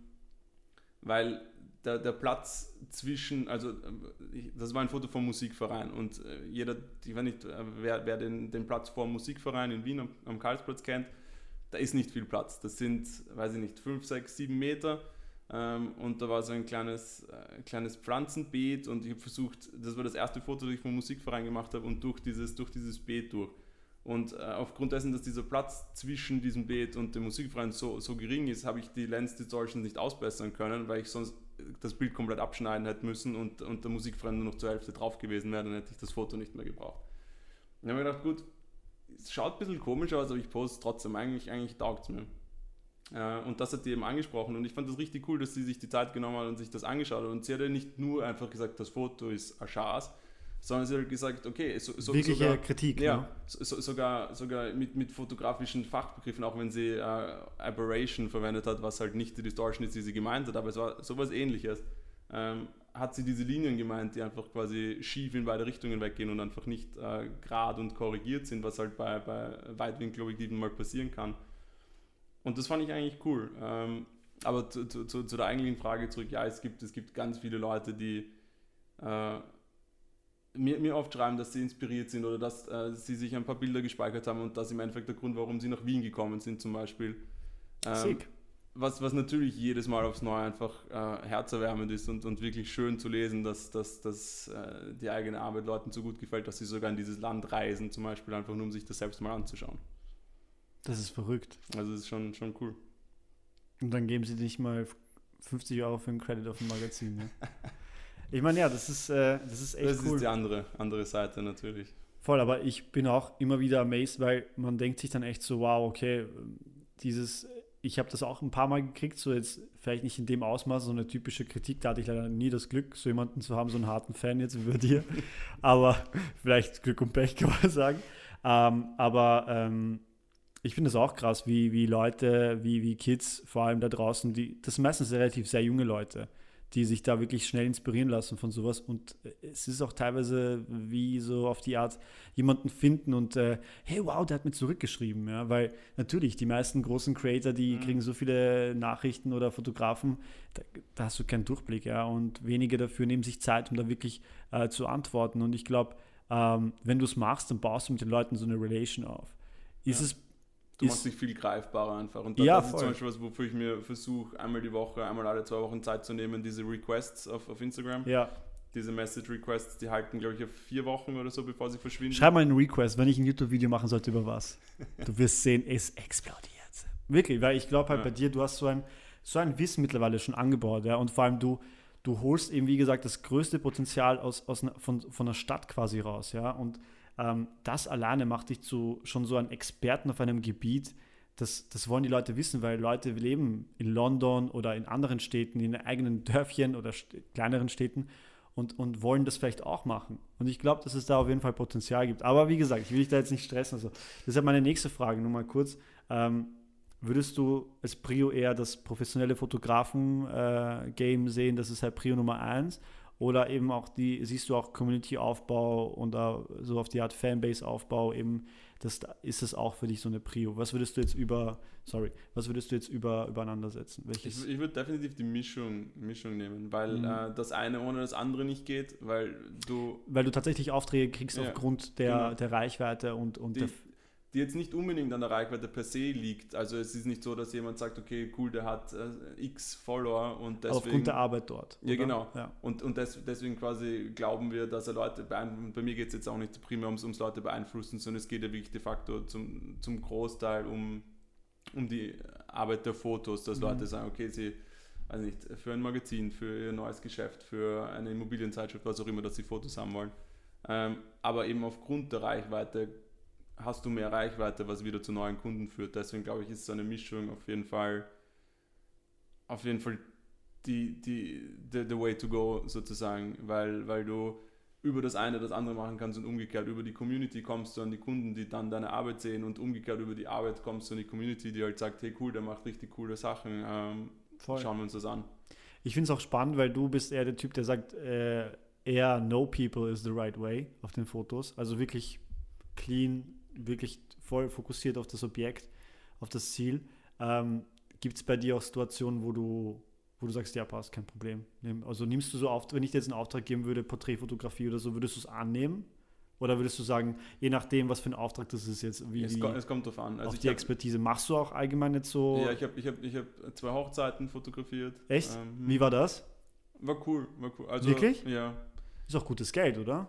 weil der, der Platz zwischen, also äh, ich, das war ein Foto vom Musikverein und äh, jeder, ich weiß nicht, äh, wer, wer den, den Platz vor dem Musikverein in Wien am, am Karlsplatz kennt, da ist nicht viel Platz. Das sind, weiß ich nicht, fünf, sechs, sieben Meter ähm, und da war so ein kleines, äh, kleines Pflanzenbeet und ich habe versucht, das war das erste Foto, das ich vom Musikverein gemacht habe und durch dieses, durch dieses Beet durch. Und äh, aufgrund dessen, dass dieser Platz zwischen diesem Beet und dem Musikverein so, so gering ist, habe ich die Lens Distortion nicht ausbessern können, weil ich sonst das Bild komplett abschneiden hätte müssen und, und der Musikverein nur noch zur Hälfte drauf gewesen wäre, dann hätte ich das Foto nicht mehr gebraucht. Dann habe ich gedacht, gut, es schaut ein bisschen komisch aus, aber ich poste es trotzdem, eigentlich, eigentlich taugt es mir. Äh, und das hat die eben angesprochen und ich fand das richtig cool, dass sie sich die Zeit genommen hat und sich das angeschaut hat und sie hat ja nicht nur einfach gesagt, das Foto ist ein Schatz, sondern sie hat gesagt, okay, so, so, Wirkliche sogar, Kritik. ja, Ne? so, so, sogar, sogar mit, mit fotografischen Fachbegriffen, auch wenn sie äh, Aberration verwendet hat, was halt nicht die Distortion ist, die sie gemeint hat, aber es war sowas Ähnliches. Ähm, hat sie diese Linien gemeint, die einfach quasi schief in beide Richtungen weggehen und einfach nicht äh, gerade und korrigiert sind, was halt bei, bei Weitwinkelobjektiven mal passieren kann. Und das fand ich eigentlich cool. Ähm, aber zu, zu, zu der eigentlichen Frage zurück, ja, es gibt, es gibt ganz viele Leute, die äh, mir, mir oft schreiben, dass sie inspiriert sind oder dass äh, sie sich ein paar Bilder gespeichert haben und das ist im Endeffekt der Grund, warum sie nach Wien gekommen sind zum Beispiel. Ähm, Sick. was, was natürlich jedes Mal aufs Neue einfach äh, herzerwärmend ist und, und wirklich schön zu lesen, dass, dass, dass äh, die eigene Arbeit Leuten so gut gefällt, dass sie sogar in dieses Land reisen zum Beispiel, einfach nur um sich das selbst mal anzuschauen. Das ist verrückt. Also das ist schon, schon cool. Und dann geben sie nicht mal fünfzig Euro für einen Credit auf dem Magazin. Ne? Ich meine, ja, das ist, äh, das ist echt Das cool. ist die andere, andere Seite natürlich. Voll, aber ich bin auch immer wieder amazed, weil man denkt sich dann echt so, wow, okay, dieses, ich habe das auch ein paar Mal gekriegt, so jetzt vielleicht nicht in dem Ausmaß, so eine typische Kritik, da hatte ich leider nie das Glück, so jemanden zu haben, so einen harten Fan jetzt wie bei dir, aber vielleicht Glück und Pech kann man sagen, ähm, aber ähm, ich finde es auch krass, wie, wie Leute, wie, wie Kids vor allem da draußen, die, das sind meistens relativ sehr junge Leute, die sich da wirklich schnell inspirieren lassen von sowas. Und es ist auch teilweise wie so auf die Art jemanden finden und äh, hey, wow, der hat mir zurückgeschrieben. Ja? Weil natürlich, die meisten großen Creator, die mhm. kriegen so viele Nachrichten oder Fotografen, da, da hast du keinen Durchblick. Ja? Und wenige dafür nehmen sich Zeit, um da wirklich äh, zu antworten. Und ich glaube, ähm, wenn du es machst, dann baust du mit den Leuten so eine Relation auf. Ist ja. es Du machst dich viel greifbarer einfach. Und das, ja, das ist zum Beispiel was, wofür ich mir versuche, einmal die Woche, einmal alle zwei Wochen Zeit zu nehmen, diese Requests auf, auf Instagram. Ja. Diese Message-Requests, die halten, glaube ich, auf vier Wochen oder so, bevor sie verschwinden. Schreib mal einen Request, wenn ich ein YouTube-Video machen sollte, über was. Du wirst sehen, es explodiert. Wirklich, weil ich glaube halt ja. bei dir, du hast so ein, so ein Wissen mittlerweile schon angebaut. Ja? Und vor allem du, du holst eben, wie gesagt, das größte Potenzial aus, aus einer, von, von der Stadt quasi raus. Ja? Und das alleine macht dich zu schon so einen Experten auf einem Gebiet. Das, das wollen die Leute wissen, weil Leute leben in London oder in anderen Städten, in eigenen Dörfchen oder st- kleineren Städten und, und wollen das vielleicht auch machen. Und ich glaube, dass es da auf jeden Fall Potenzial gibt. Aber wie gesagt, ich will dich da jetzt nicht stressen. Also, deshalb meine nächste Frage, nur mal kurz. Ähm, würdest du als Prio eher das professionelle Fotografen-Game äh, sehen, das ist halt Prio Nummer eins? Oder eben auch die, siehst du auch Community-Aufbau und da so auf die Art Fanbase-Aufbau eben, das ist es auch für dich so eine Prio. Was würdest du jetzt über, sorry, was würdest du jetzt über, übereinander setzen? Welches? Ich, ich würde definitiv die Mischung, Mischung nehmen, weil mhm. äh, das eine ohne das andere nicht geht, weil du... Weil du tatsächlich Aufträge kriegst ja, aufgrund der, genau. der Reichweite und, und die, der... die jetzt nicht unbedingt an der Reichweite per se liegt. Also es ist nicht so, dass jemand sagt, okay, cool, der hat äh, x Follower und deswegen... Aufgrund der Arbeit dort. Ja, oder? Genau. Ja. Und, und des, deswegen quasi glauben wir, dass er Leute beeinflusst. Bei mir geht es jetzt auch nicht primär ums, ums Leute beeinflussen, sondern es geht ja wirklich de facto zum, zum Großteil um, um die Arbeit der Fotos, dass mhm. Leute sagen, okay, sie... Also nicht, für ein Magazin, für ihr neues Geschäft, für eine Immobilienzeitschrift, was auch immer, dass sie Fotos haben wollen. Ähm, aber eben aufgrund der Reichweite hast du mehr Reichweite, was wieder zu neuen Kunden führt. Deswegen glaube ich, ist so eine Mischung auf jeden Fall auf jeden Fall die, die, the, the way to go sozusagen, weil, weil du über das eine das andere machen kannst und umgekehrt über die Community kommst du an die Kunden, die dann deine Arbeit sehen und umgekehrt über die Arbeit kommst du an die Community, die halt sagt, hey cool, der macht richtig coole Sachen, ähm, schauen wir uns das an. Ich finde es auch spannend, weil du bist eher der Typ, der sagt, äh, eher know people is the right way auf den Fotos, also wirklich clean, wirklich voll fokussiert auf das Objekt, auf das Ziel. Ähm, gibt es bei dir auch Situationen, wo du, wo du sagst, ja, passt, kein Problem. Also nimmst du so auf, wenn ich dir jetzt einen Auftrag geben würde, Porträtfotografie oder so, würdest du es annehmen? Oder würdest du sagen, je nachdem, was für ein Auftrag das ist jetzt, wie es, die, kommt, es kommt drauf an. Also auf ich die hab, Expertise. Machst du auch allgemein jetzt so? Ja, ich habe ich hab, ich hab zwei Hochzeiten fotografiert. Echt? Ähm, wie war das? War cool, war cool. Also, wirklich? Ja. Ist auch gutes Geld, oder?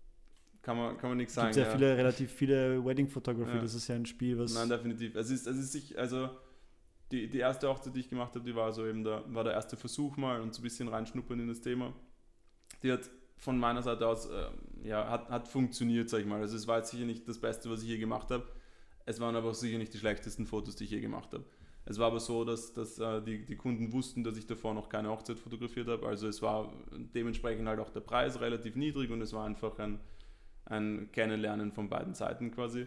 Kann man, kann man nichts sagen. Es gibt sehr ja. viele, relativ viele Wedding Photography, ja. Das ist ja ein Spiel, was... Nein, definitiv. Es ist, es ist sich, also die, die erste Hochzeit, die ich gemacht habe, die war so eben der, war der erste Versuch mal und so ein bisschen reinschnuppern in das Thema. Die hat von meiner Seite aus, äh, ja, hat, hat funktioniert, sag ich mal. Also es war jetzt sicher nicht das Beste, was ich je gemacht habe. Es waren aber auch sicher nicht die schlechtesten Fotos, die ich je gemacht habe. Es war aber so, dass, dass äh, die, die Kunden wussten, dass ich davor noch keine Hochzeit fotografiert habe. Also es war dementsprechend halt auch der Preis relativ niedrig und es war einfach ein ein Kennenlernen von beiden Seiten quasi.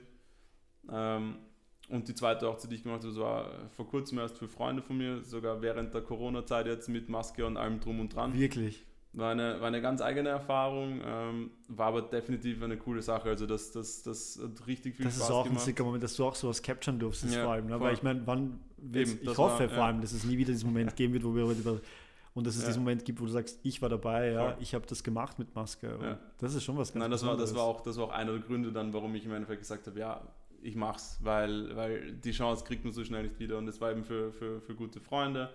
Ähm, und die zweite Hochzeit, die ich gemacht habe, das war vor kurzem erst für Freunde von mir, sogar während der Corona-Zeit jetzt mit Maske und allem drum und dran. Wirklich? War eine, war eine ganz eigene Erfahrung, ähm, war aber definitiv eine coole Sache. Also das, das, das hat richtig viel das Spaß gemacht. Das ist auch ein sicker Moment, dass du auch sowas capturen durftest, ja, vor allem. Ne? Weil ich meine, wann Eben, ich hoffe war, vor ja. allem, dass es nie wieder diesen Moment geben wird, wo wir über und dass es ja. diesen Moment gibt, wo du sagst, ich war dabei, ja, ich habe das gemacht mit Maske. Ja. Das ist schon was ganz Nein, das war, das war auch, das war auch einer der Gründe dann, warum ich im Endeffekt gesagt habe, ja, ich mach's, weil, weil die Chance kriegt man so schnell nicht wieder und es war eben für, für, für gute Freunde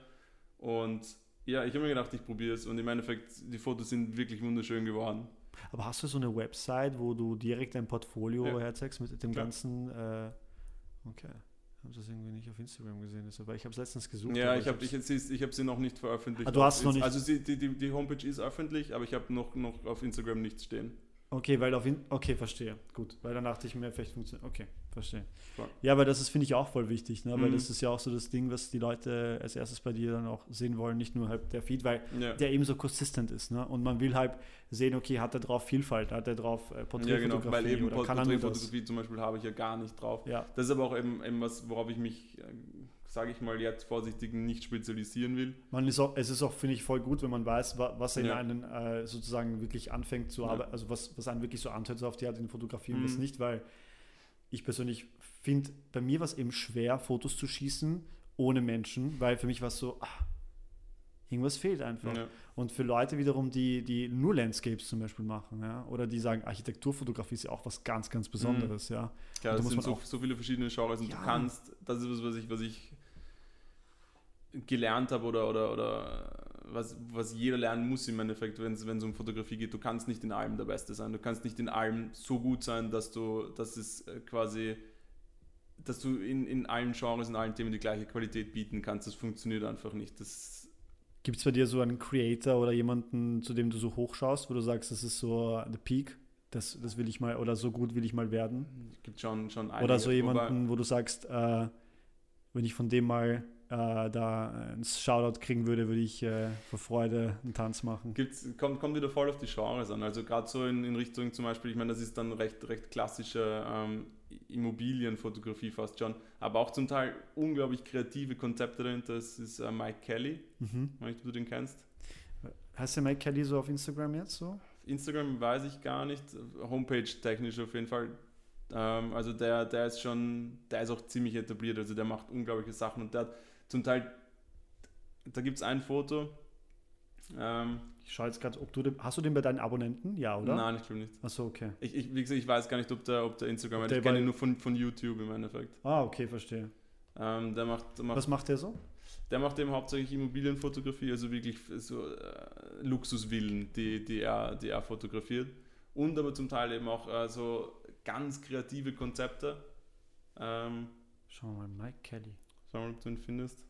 und ja, ich habe mir gedacht, ich probiere es und im Endeffekt, die Fotos sind wirklich wunderschön geworden. Aber hast du so eine Website, wo du direkt dein Portfolio ja. herzeigst mit dem Klar. ganzen, äh, okay. Ich habe das irgendwie nicht auf Instagram gesehen, aber ich habe es letztens gesucht. Ja, ich habe ich, ich hab sie noch nicht veröffentlicht. Ah, du hast noch nicht. Also sie, die, die, die Homepage ist öffentlich, aber ich habe noch, noch auf Instagram nichts stehen. Okay, weil auf ihn, okay, verstehe. Gut, weil dann dachte ich mir, vielleicht funktioniert. Okay, verstehe. Voll. Ja, weil das ist, finde ich, auch voll wichtig, ne? Weil Mhm. das ist ja auch so das Ding, was die Leute als erstes bei dir dann auch sehen wollen, nicht nur halt der Feed, weil Ja. der eben so consistent ist, ne? Und man will halt sehen, okay, hat er drauf Vielfalt, hat er drauf äh, Ja, Porträtfotografie genau, weil eben oder kann er nur das? Porträtfotografie zum Beispiel habe ich ja gar nicht drauf. Ja, Das ist aber auch eben, eben was, worauf ich mich, äh, sage ich mal jetzt vorsichtig, nicht spezialisieren will. man ist auch, es ist auch, finde ich, voll gut, wenn man weiß, wa- was in Ja. einen äh, sozusagen wirklich anfängt zu Ja. arbeiten, also was, was einen wirklich so antört so auf die Art in Fotografie und was Mhm. nicht, weil ich persönlich finde, bei mir war es eben schwer, Fotos zu schießen ohne Menschen, weil für mich war es so, ah, irgendwas fehlt einfach. Ja. Und für Leute wiederum, die, die nur Landscapes zum Beispiel machen, ja, oder die sagen, Architekturfotografie ist ja auch was ganz, ganz Besonderes, ja. Klar, Und da es muss sind man so, auch- so viele verschiedene Genres und Ja. du kannst, das ist was, was ich, was ich gelernt habe oder, oder, oder was, was jeder lernen muss im Endeffekt, wenn es wenn es um Fotografie geht. Du kannst nicht in allem der Beste sein. Du kannst nicht in allem so gut sein, dass du, dass es äh, quasi, dass du in, in allen Genres, in allen Themen die gleiche Qualität bieten kannst. Das funktioniert einfach nicht. Das Gibt es bei dir so einen Creator oder jemanden, zu dem du so hochschaust, wo du sagst, das ist so the peak, das, das will ich mal, oder so gut will ich mal werden? gibt schon, schon einige. Oder so Wobei- jemanden, wo du sagst, äh, wenn ich von dem mal äh, da ein Shoutout kriegen würde, würde ich äh, vor Freude einen Tanz machen. Gibt's, kommt, kommt wieder voll auf die Genres an. Also gerade so in, in Richtung zum Beispiel, ich meine, das ist dann recht, recht klassische ähm, Immobilienfotografie fast schon, aber auch zum Teil unglaublich kreative Konzepte dahinter. Das ist äh, Mike Kelly, Mhm. weiß nicht, ob du den kennst. Heißt der Mike Kelly so auf Instagram jetzt so? Instagram weiß ich gar nicht, Homepage technisch auf jeden Fall. Ähm, also der, der ist schon, der ist auch ziemlich etabliert, also der macht unglaubliche Sachen und der hat zum Teil, da gibt es ein Foto, ähm, Ich schaue jetzt gerade, ob du den, hast du den bei deinen Abonnenten? Ja, oder? nein, ich glaube nicht. Achso, okay. Ich, ich, wie gesagt, ich weiß gar nicht, ob der, ob der Instagram Ob hat. der Ich kenne bei- ihn nur von, von YouTube im Endeffekt. Ah, okay, verstehe. Ähm, der, macht, der, macht, Was macht der so? der macht eben hauptsächlich Immobilienfotografie, also wirklich so äh, Luxusvillen, die, die, er, die er fotografiert. Und aber zum Teil eben auch äh, so ganz kreative Konzepte. Ähm, Schauen wir mal, Mike Kelly. Schau mal, ob du ihn findest.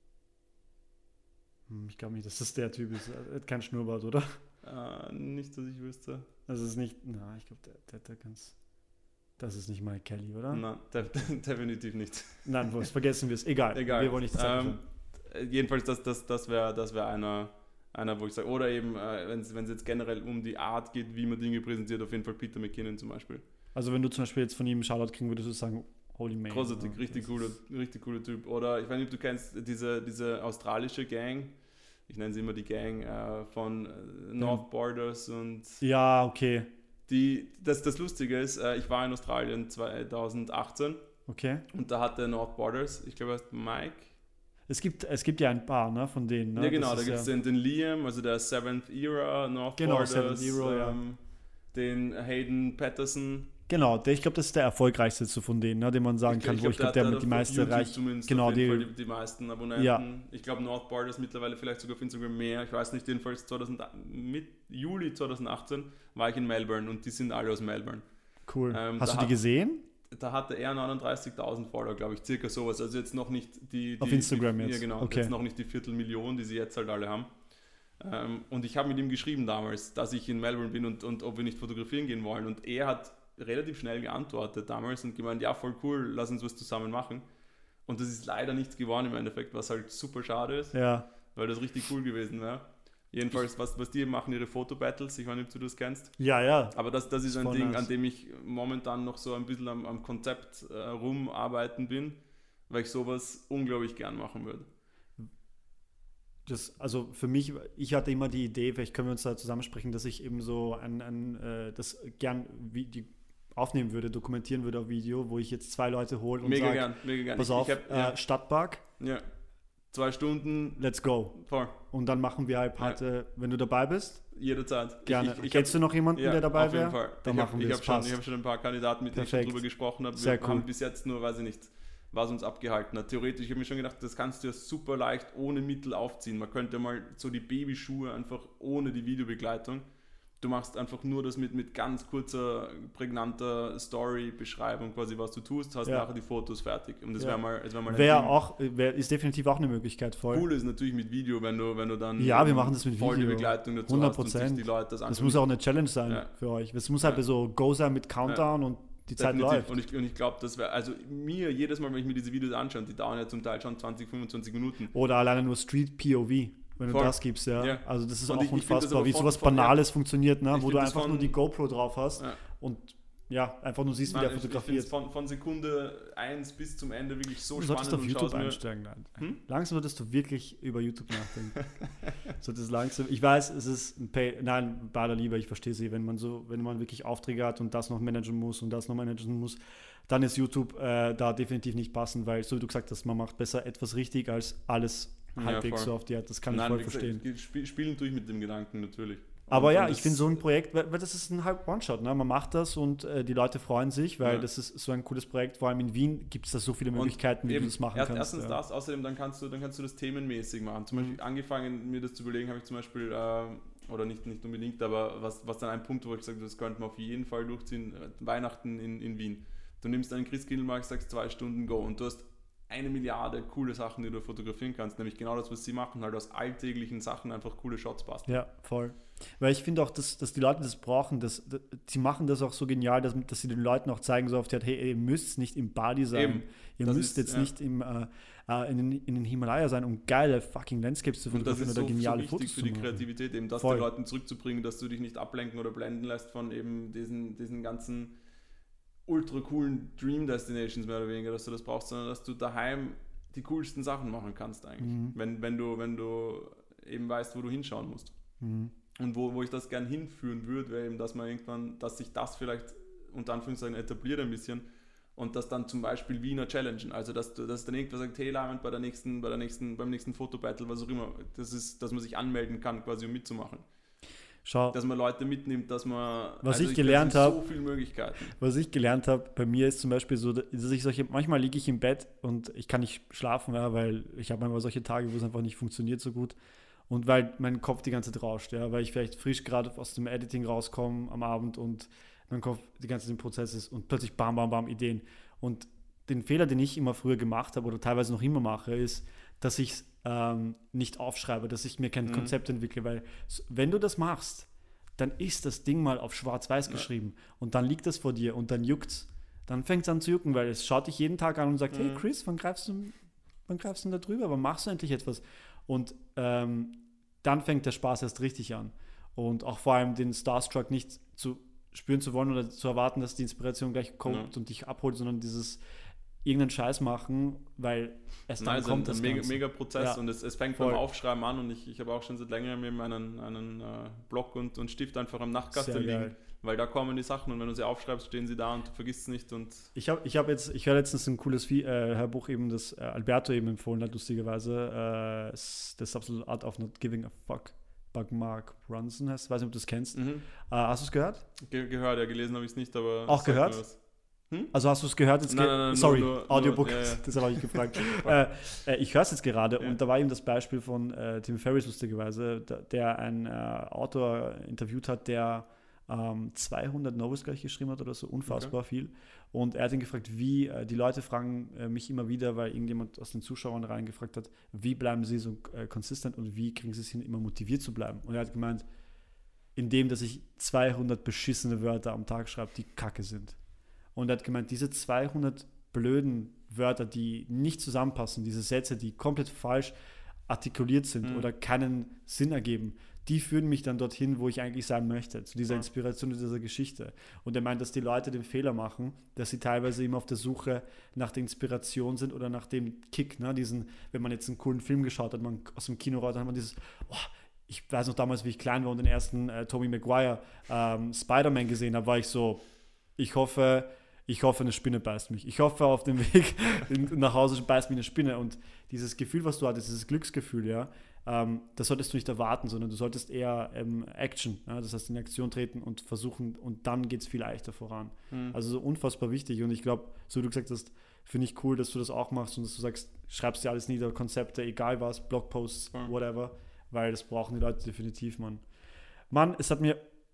Hm, ich glaube nicht, dass das der Typ ist. Er hat keinen Schnurrbart, oder? Äh, nicht, dass ich wüsste. Das ist nicht, na, ich glaube, der, der, der ganz, das ist nicht Mike Kelly, oder? Nein, de definitiv nicht. Nein, was vergessen wir es. Egal. Egal. Wir wollen nicht das ähm, äh, Jedenfalls, das, das, das wäre das wär einer, einer, wo ich sage, oder eben, äh, wenn es jetzt generell um die Art geht, wie man Dinge präsentiert, auf jeden Fall Peter McKinnon zum Beispiel. Also wenn du zum Beispiel jetzt von ihm einen Shoutout kriegen würdest, würdest du sagen, holy man. Großartig, oder? richtig Das cooler, ist- richtig cooler Typ. Oder ich weiß nicht, ob du kennst diese, diese australische Gang, ich nenne sie immer die Gang äh, von äh, North Borders und Ja, okay. die, das, das Lustige ist, äh, ich war in Australien zwanzig achtzehn Okay. und da hatte North Borders, ich glaube, er heißt Mike. Es gibt, es gibt ja ein paar, ne, von denen. Ne? Ja, genau, Das da ist gibt es den, den Liam, also der Seventh Era, North Genau, Borders, Seventh Era, ja. ähm, den Hayden Patterson. Genau, der, ich glaube, das ist der erfolgreichste so von denen, ne, den man sagen Ich- kann, ich wo ich glaube, der der hat mit die auf meiste YouTube Reich. zumindest genau, auf jeden die- Fall die, die meisten Abonnenten. Ja. Ich glaube, North Borders mittlerweile vielleicht sogar auf Instagram mehr. Ich weiß nicht, jedenfalls zweitausend, mit Juli zwanzig achtzehn war ich in Melbourne und die sind alle aus Melbourne. Cool. Ähm, Hast da du die hat- gesehen? Da hatte er neununddreißigtausend Follower, glaube ich, circa sowas. Also jetzt noch nicht die... die Auf Instagram die, jetzt? Ja, genau. Okay. Jetzt noch nicht die Viertelmillion, die sie jetzt halt alle haben. Ähm, und ich habe mit ihm geschrieben damals, dass ich in Melbourne bin und, und ob wir nicht fotografieren gehen wollen. Und er hat relativ schnell geantwortet damals und gemeint, ja, voll cool, lass uns was zusammen machen. Und das ist leider nichts geworden im Endeffekt, was halt super schade ist, Ja. weil das richtig cool gewesen wäre. Jedenfalls, was, was die machen, ihre Fotobattles, ich weiß nicht, ob du das kennst. Ja, ja. Aber das, das ist ein Voll Ding, nice. an dem ich momentan noch so ein bisschen am, am Konzept äh, rumarbeiten bin, weil ich sowas unglaublich gern machen würde. Das, also für mich, ich hatte immer die Idee, vielleicht können wir uns da zusammensprechen, dass ich eben so ein, ein äh, das gern wie die aufnehmen würde, dokumentieren würde auf Video, wo ich jetzt zwei Leute hole und Mega sage, gern, mega gern. pass ich, auf, ich hab, äh, ja, Stadtpark, ja, zwei Stunden, let's go. voll, Und dann machen wir halt harte, wenn du dabei bist, jederzeit. gerne. Ich, ich, ich Kennst du noch jemanden, ja, der dabei auf jeden wäre? Fall. Dann ich machen habe wir hab es, schon, passt. ich hab schon ein paar Kandidaten, mit denen ich schon Perfekt. drüber gesprochen habe. Sehr Wir cool. haben bis jetzt nur, weiß ich nicht, was uns abgehalten hat. Theoretisch, ich habe mir schon gedacht, das kannst du ja super leicht ohne Mittel aufziehen. Man könnte mal so die Babyschuhe einfach ohne die Videobegleitung du machst einfach nur das mit, mit ganz kurzer, prägnanter Story-Beschreibung, quasi was du tust, hast Ja. nachher die Fotos fertig. Und das Ja. wäre mal, das wär mal ein Wäre Ding. auch, wär, ist definitiv auch eine Möglichkeit, voll. Cool ist natürlich mit Video, wenn du, wenn du dann Ja, wir ähm, machen das mit voll die Video. Begleitung dazu hundert hast und sich Prozent. die Leute das Das anschauen. muss auch eine Challenge sein Ja. für euch. Es muss halt Ja. so Go sein mit Countdown und die Zeit Definitiv. läuft. Und ich, und ich glaube, das wäre, also mir jedes Mal, wenn ich mir diese Videos anschaue, die dauern ja zum Teil schon zwanzig, fünfundzwanzig Minuten. Oder alleine nur Street P O V, wenn Voll. du das gibst, ja. Ja. Also das ist Und auch ich- ich find das unfassbar, aber wie von- sowas von- Banales funktioniert, ne? Ich Wo du find das einfach von- nur die GoPro drauf hast Ja. und ja, einfach nur siehst, wie Nein, der ich, ich fotografiert. find's von, von Sekunde eins bis zum Ende wirklich so Du spannend solltest auf und YouTube schaust mir- einsteigen. Nein. Hm? Langsam solltest du wirklich über YouTube nachdenken. solltest langsam. Ich weiß, es ist ein Pay. Nein, bei aller Liebe, ich verstehe sie, wenn man so, wenn man wirklich Aufträge hat und das noch managen muss und das noch managen muss, dann ist YouTube äh, da definitiv nicht passend, weil, so wie du gesagt hast, man macht besser etwas richtig als alles Ja, halbwegs voll. so auf die Art. Das kann Nein, ich voll wie gesagt, verstehen. ich spiel, spielen tue ich mit dem Gedanken natürlich. Aber Und- ja, und ich das- finde so ein Projekt, weil, weil das ist ein halb One-Shot, ne? Man macht das und äh, die Leute freuen sich, weil Ja. das ist so ein cooles Projekt. Vor allem in Wien gibt es da so viele Möglichkeiten, wie eben, du das machen erst, kannst. Erstens ja. das, außerdem dann kannst du, dann kannst du das themenmäßig machen. Zum Beispiel Mhm. angefangen, mir das zu überlegen, habe ich zum Beispiel, äh, oder nicht, nicht unbedingt, aber was, was dann ein Punkt, wo ich gesagt habe, das könnte man auf jeden Fall durchziehen, äh, Weihnachten in, in Wien. Du nimmst einen Christkindlmarkt, sagst zwei Stunden Go und du hast eine Milliarde coole Sachen, die du fotografieren kannst, nämlich genau das, was sie machen, halt aus alltäglichen Sachen einfach coole Shots basteln. Ja, voll. Weil ich finde auch, dass, dass die Leute das brauchen, dass, dass, sie machen das auch so genial, dass, dass sie den Leuten auch zeigen, so oft, hey, ihr müsst nicht im Bali sein, Eben. ihr Das müsst ist, jetzt ja. nicht im, äh, äh, in, den, in den Himalaya sein, um geile fucking Landscapes zu Und das fotografieren ist oder so, so geniale wichtig Fotos für zu die machen. Kreativität, eben das Voll. den Leuten zurückzubringen, dass du dich nicht ablenken oder blenden lässt von eben diesen, diesen ganzen ultra coolen Dream Destinations mehr oder weniger, dass du das brauchst, sondern dass du daheim die coolsten Sachen machen kannst eigentlich, Mhm. wenn, wenn, du, wenn du eben weißt, wo du hinschauen musst. Mhm. Und wo, wo ich das gern hinführen würde, wäre eben, dass man irgendwann, dass sich das vielleicht unter Anführungszeichen etabliert ein bisschen und das dann zum Beispiel Wiener challengen. Also dass du, dass dann irgendwer sagt, hey Lament, bei der nächsten, bei der nächsten, beim nächsten Fotobattle, was auch immer, das ist, dass man sich anmelden kann, quasi um mitzumachen. Schau, Dass man Leute mitnimmt, dass man Was ich ich gelernt glaube, es habe- sind so viele Möglichkeiten. was ich gelernt habe, bei mir ist zum Beispiel so, dass ich solche, manchmal liege ich im Bett und ich kann nicht schlafen, ja, weil ich habe manchmal solche Tage, wo es einfach nicht funktioniert so gut und weil mein Kopf die ganze Zeit rauscht, ja, weil ich vielleicht frisch gerade aus dem Editing rauskomme am Abend und mein Kopf die ganze Zeit im Prozess ist und plötzlich bam, bam, bam, Ideen. Und den Fehler, den ich immer früher gemacht habe oder teilweise noch immer mache, ist, dass ich es ähm, nicht aufschreibe, dass ich mir kein Mhm. Konzept entwickle, weil s- wenn du das machst, dann ist das Ding mal auf schwarz-weiß Ja. geschrieben und dann liegt das vor dir und dann juckt's. Dann fängt es an zu jucken, weil es schaut dich jeden Tag an und sagt, Mhm. hey Chris, wann greifst du, wann greifst du denn da drüber? Wann machst du endlich etwas? Und ähm, dann fängt der Spaß erst richtig an. Und auch vor allem den Starstruck nicht zu spüren zu wollen oder zu erwarten, dass die Inspiration gleich kommt Ja. und dich abholt, sondern dieses irgendeinen Scheiß machen, weil es dann Nein, also kommt ein, das ein mega, Ganze. mega Prozess Ja. und es, es fängt Voll. beim Aufschreiben an und ich, ich habe auch schon seit längerem eben einen, einen äh, Block und, und Stift einfach am Nachtkasten Sehr liegen, geil. weil da kommen die Sachen und wenn du sie aufschreibst, stehen sie da und du vergisst es nicht und Ich habe ich hab jetzt, ich höre letztens ein cooles Vi- äh, Hörbuch eben, das äh, Alberto eben empfohlen hat, lustigerweise. Äh, s- The Subtle Art of Not Giving a Fuck. Bug Mark Ronson heißt, weiß nicht, ob du das kennst. mhm. Äh, hast du es gehört? Ge gehört, ja, gelesen habe ich es nicht, aber Auch es sagt gehört? mir was. Also hast du es gehört? Jetzt Nein, ge- nein, nein, nur- Sorry, nur- Audiobook, nur- ja, ja. deshalb habe ich gefragt. äh, äh, ich höre es jetzt gerade Ja. und da war eben das Beispiel von äh, Tim Ferriss lustigerweise, da, der einen äh, Autor interviewt hat, der ähm, zweihundert Novels gleich geschrieben hat oder so, unfassbar viel. Und er hat ihn gefragt, wie, äh, die Leute fragen äh, mich immer wieder, weil irgendjemand aus den Zuschauern reingefragt hat, wie bleiben sie so äh, konsistent und wie kriegen sie es hin, immer motiviert zu bleiben? Und er hat gemeint, indem, dass ich zweihundert beschissene Wörter am Tag schreibe, die kacke sind. Und er hat gemeint, diese zweihundert blöden Wörter, die nicht zusammenpassen, diese Sätze, die komplett falsch artikuliert sind Mhm. oder keinen Sinn ergeben, die führen mich dann dorthin, wo ich eigentlich sein möchte, zu dieser Ja. Inspiration, zu dieser Geschichte. Und er meint, dass die Leute den Fehler machen, dass sie teilweise immer auf der Suche nach der Inspiration sind oder nach dem Kick, ne? Diesen, wenn man jetzt einen coolen Film geschaut hat, man aus dem Kino raus, dann hat man dieses, oh, ich weiß noch damals, wie ich klein war und den ersten äh, Tobey Maguire ähm, Spider-Man gesehen habe, war ich so, ich hoffe, ich hoffe, eine Spinne beißt mich. Ich hoffe, auf dem Weg nach Hause beißt mich eine Spinne. Und dieses Gefühl, was du hattest, dieses Glücksgefühl, ja, ähm, das solltest du nicht erwarten, sondern du solltest eher ähm, Action, ja, das heißt in Aktion treten und versuchen und dann geht es viel leichter voran. Mhm. Also so unfassbar wichtig und ich glaube, so wie du gesagt hast, finde ich cool, dass du das auch machst und dass du sagst, schreibst dir alles nieder, Konzepte, egal was, Blogposts, Mhm. whatever, weil das brauchen die Leute definitiv, Mann. Mann, es hat mir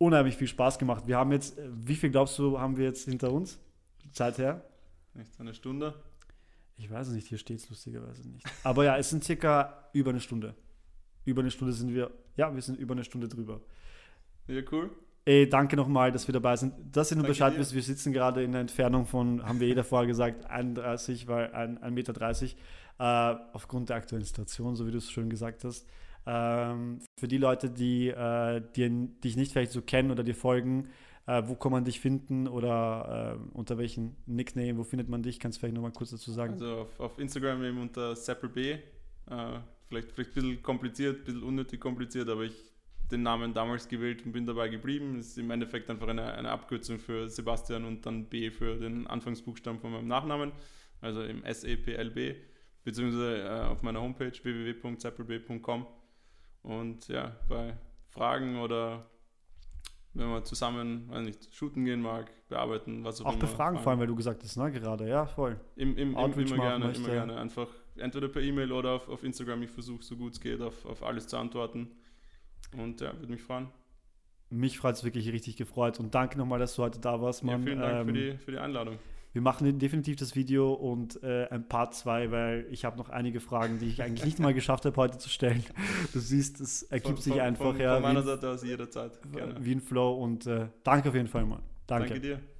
unheimlich viel Spaß gemacht. Wir haben jetzt, wie viel glaubst du, haben wir jetzt hinter uns? Zeit her? Echt eine Stunde? Ich weiß es nicht, hier steht es lustigerweise nicht. Aber ja, es sind circa über eine Stunde. Über eine Stunde sind wir, ja, wir sind über eine Stunde drüber. Ja, cool. Ey, danke nochmal, dass wir dabei sind. Dass ihr nur Danke Bescheid dir. wisst, wir sitzen gerade in der Entfernung von, haben wir jeder vorher gesagt, einunddreißig, weil ein, ein Meter dreißig, äh, aufgrund der aktuellen Situation, so wie du es schön gesagt hast. Ähm, für die Leute, die äh, dir, dich nicht vielleicht so kennen oder dir folgen, äh, wo kann man dich finden oder äh, unter welchen Nickname, wo findet man dich? Kannst du vielleicht nochmal kurz dazu sagen? Also auf, auf Instagram eben unter SapperB. Äh, vielleicht, vielleicht ein bisschen kompliziert, ein bisschen unnötig kompliziert, aber ich den Namen damals gewählt und bin dabei geblieben. Es ist im Endeffekt einfach eine, eine Abkürzung für Sebastian und dann B für den Anfangsbuchstaben von meinem Nachnamen, also im S E P L B, beziehungsweise äh, auf meiner Homepage w w w punkt sapperb punkt com. Und ja, bei Fragen oder wenn man zusammen, weiß nicht, shooten gehen mag, bearbeiten, was auch, Auch immer. bei Fragen vor allem, weil du gesagt hast, ne, gerade, ja, voll. Im, im, im, Outreach immer machen gerne, möchte, immer ja. gerne. Einfach entweder per E-Mail oder auf, auf Instagram. Ich versuche so gut es geht, auf, auf alles zu antworten. Und ja, würde mich freuen. Mich freut es wirklich richtig gefreut und danke nochmal, dass du heute da warst, Mann. Ja, vielen Dank ähm, für, die, für die Einladung. Wir machen definitiv das Video und äh, ein Part zwei, weil ich habe noch einige Fragen, die ich eigentlich nicht mal geschafft habe, heute zu stellen. Du siehst, es ergibt Von, sich von, einfach von, ja, von meiner wie, Seite aus jederzeit. Gerne. wie ein Flow und äh, danke auf jeden Fall, Mann. Danke. Danke dir.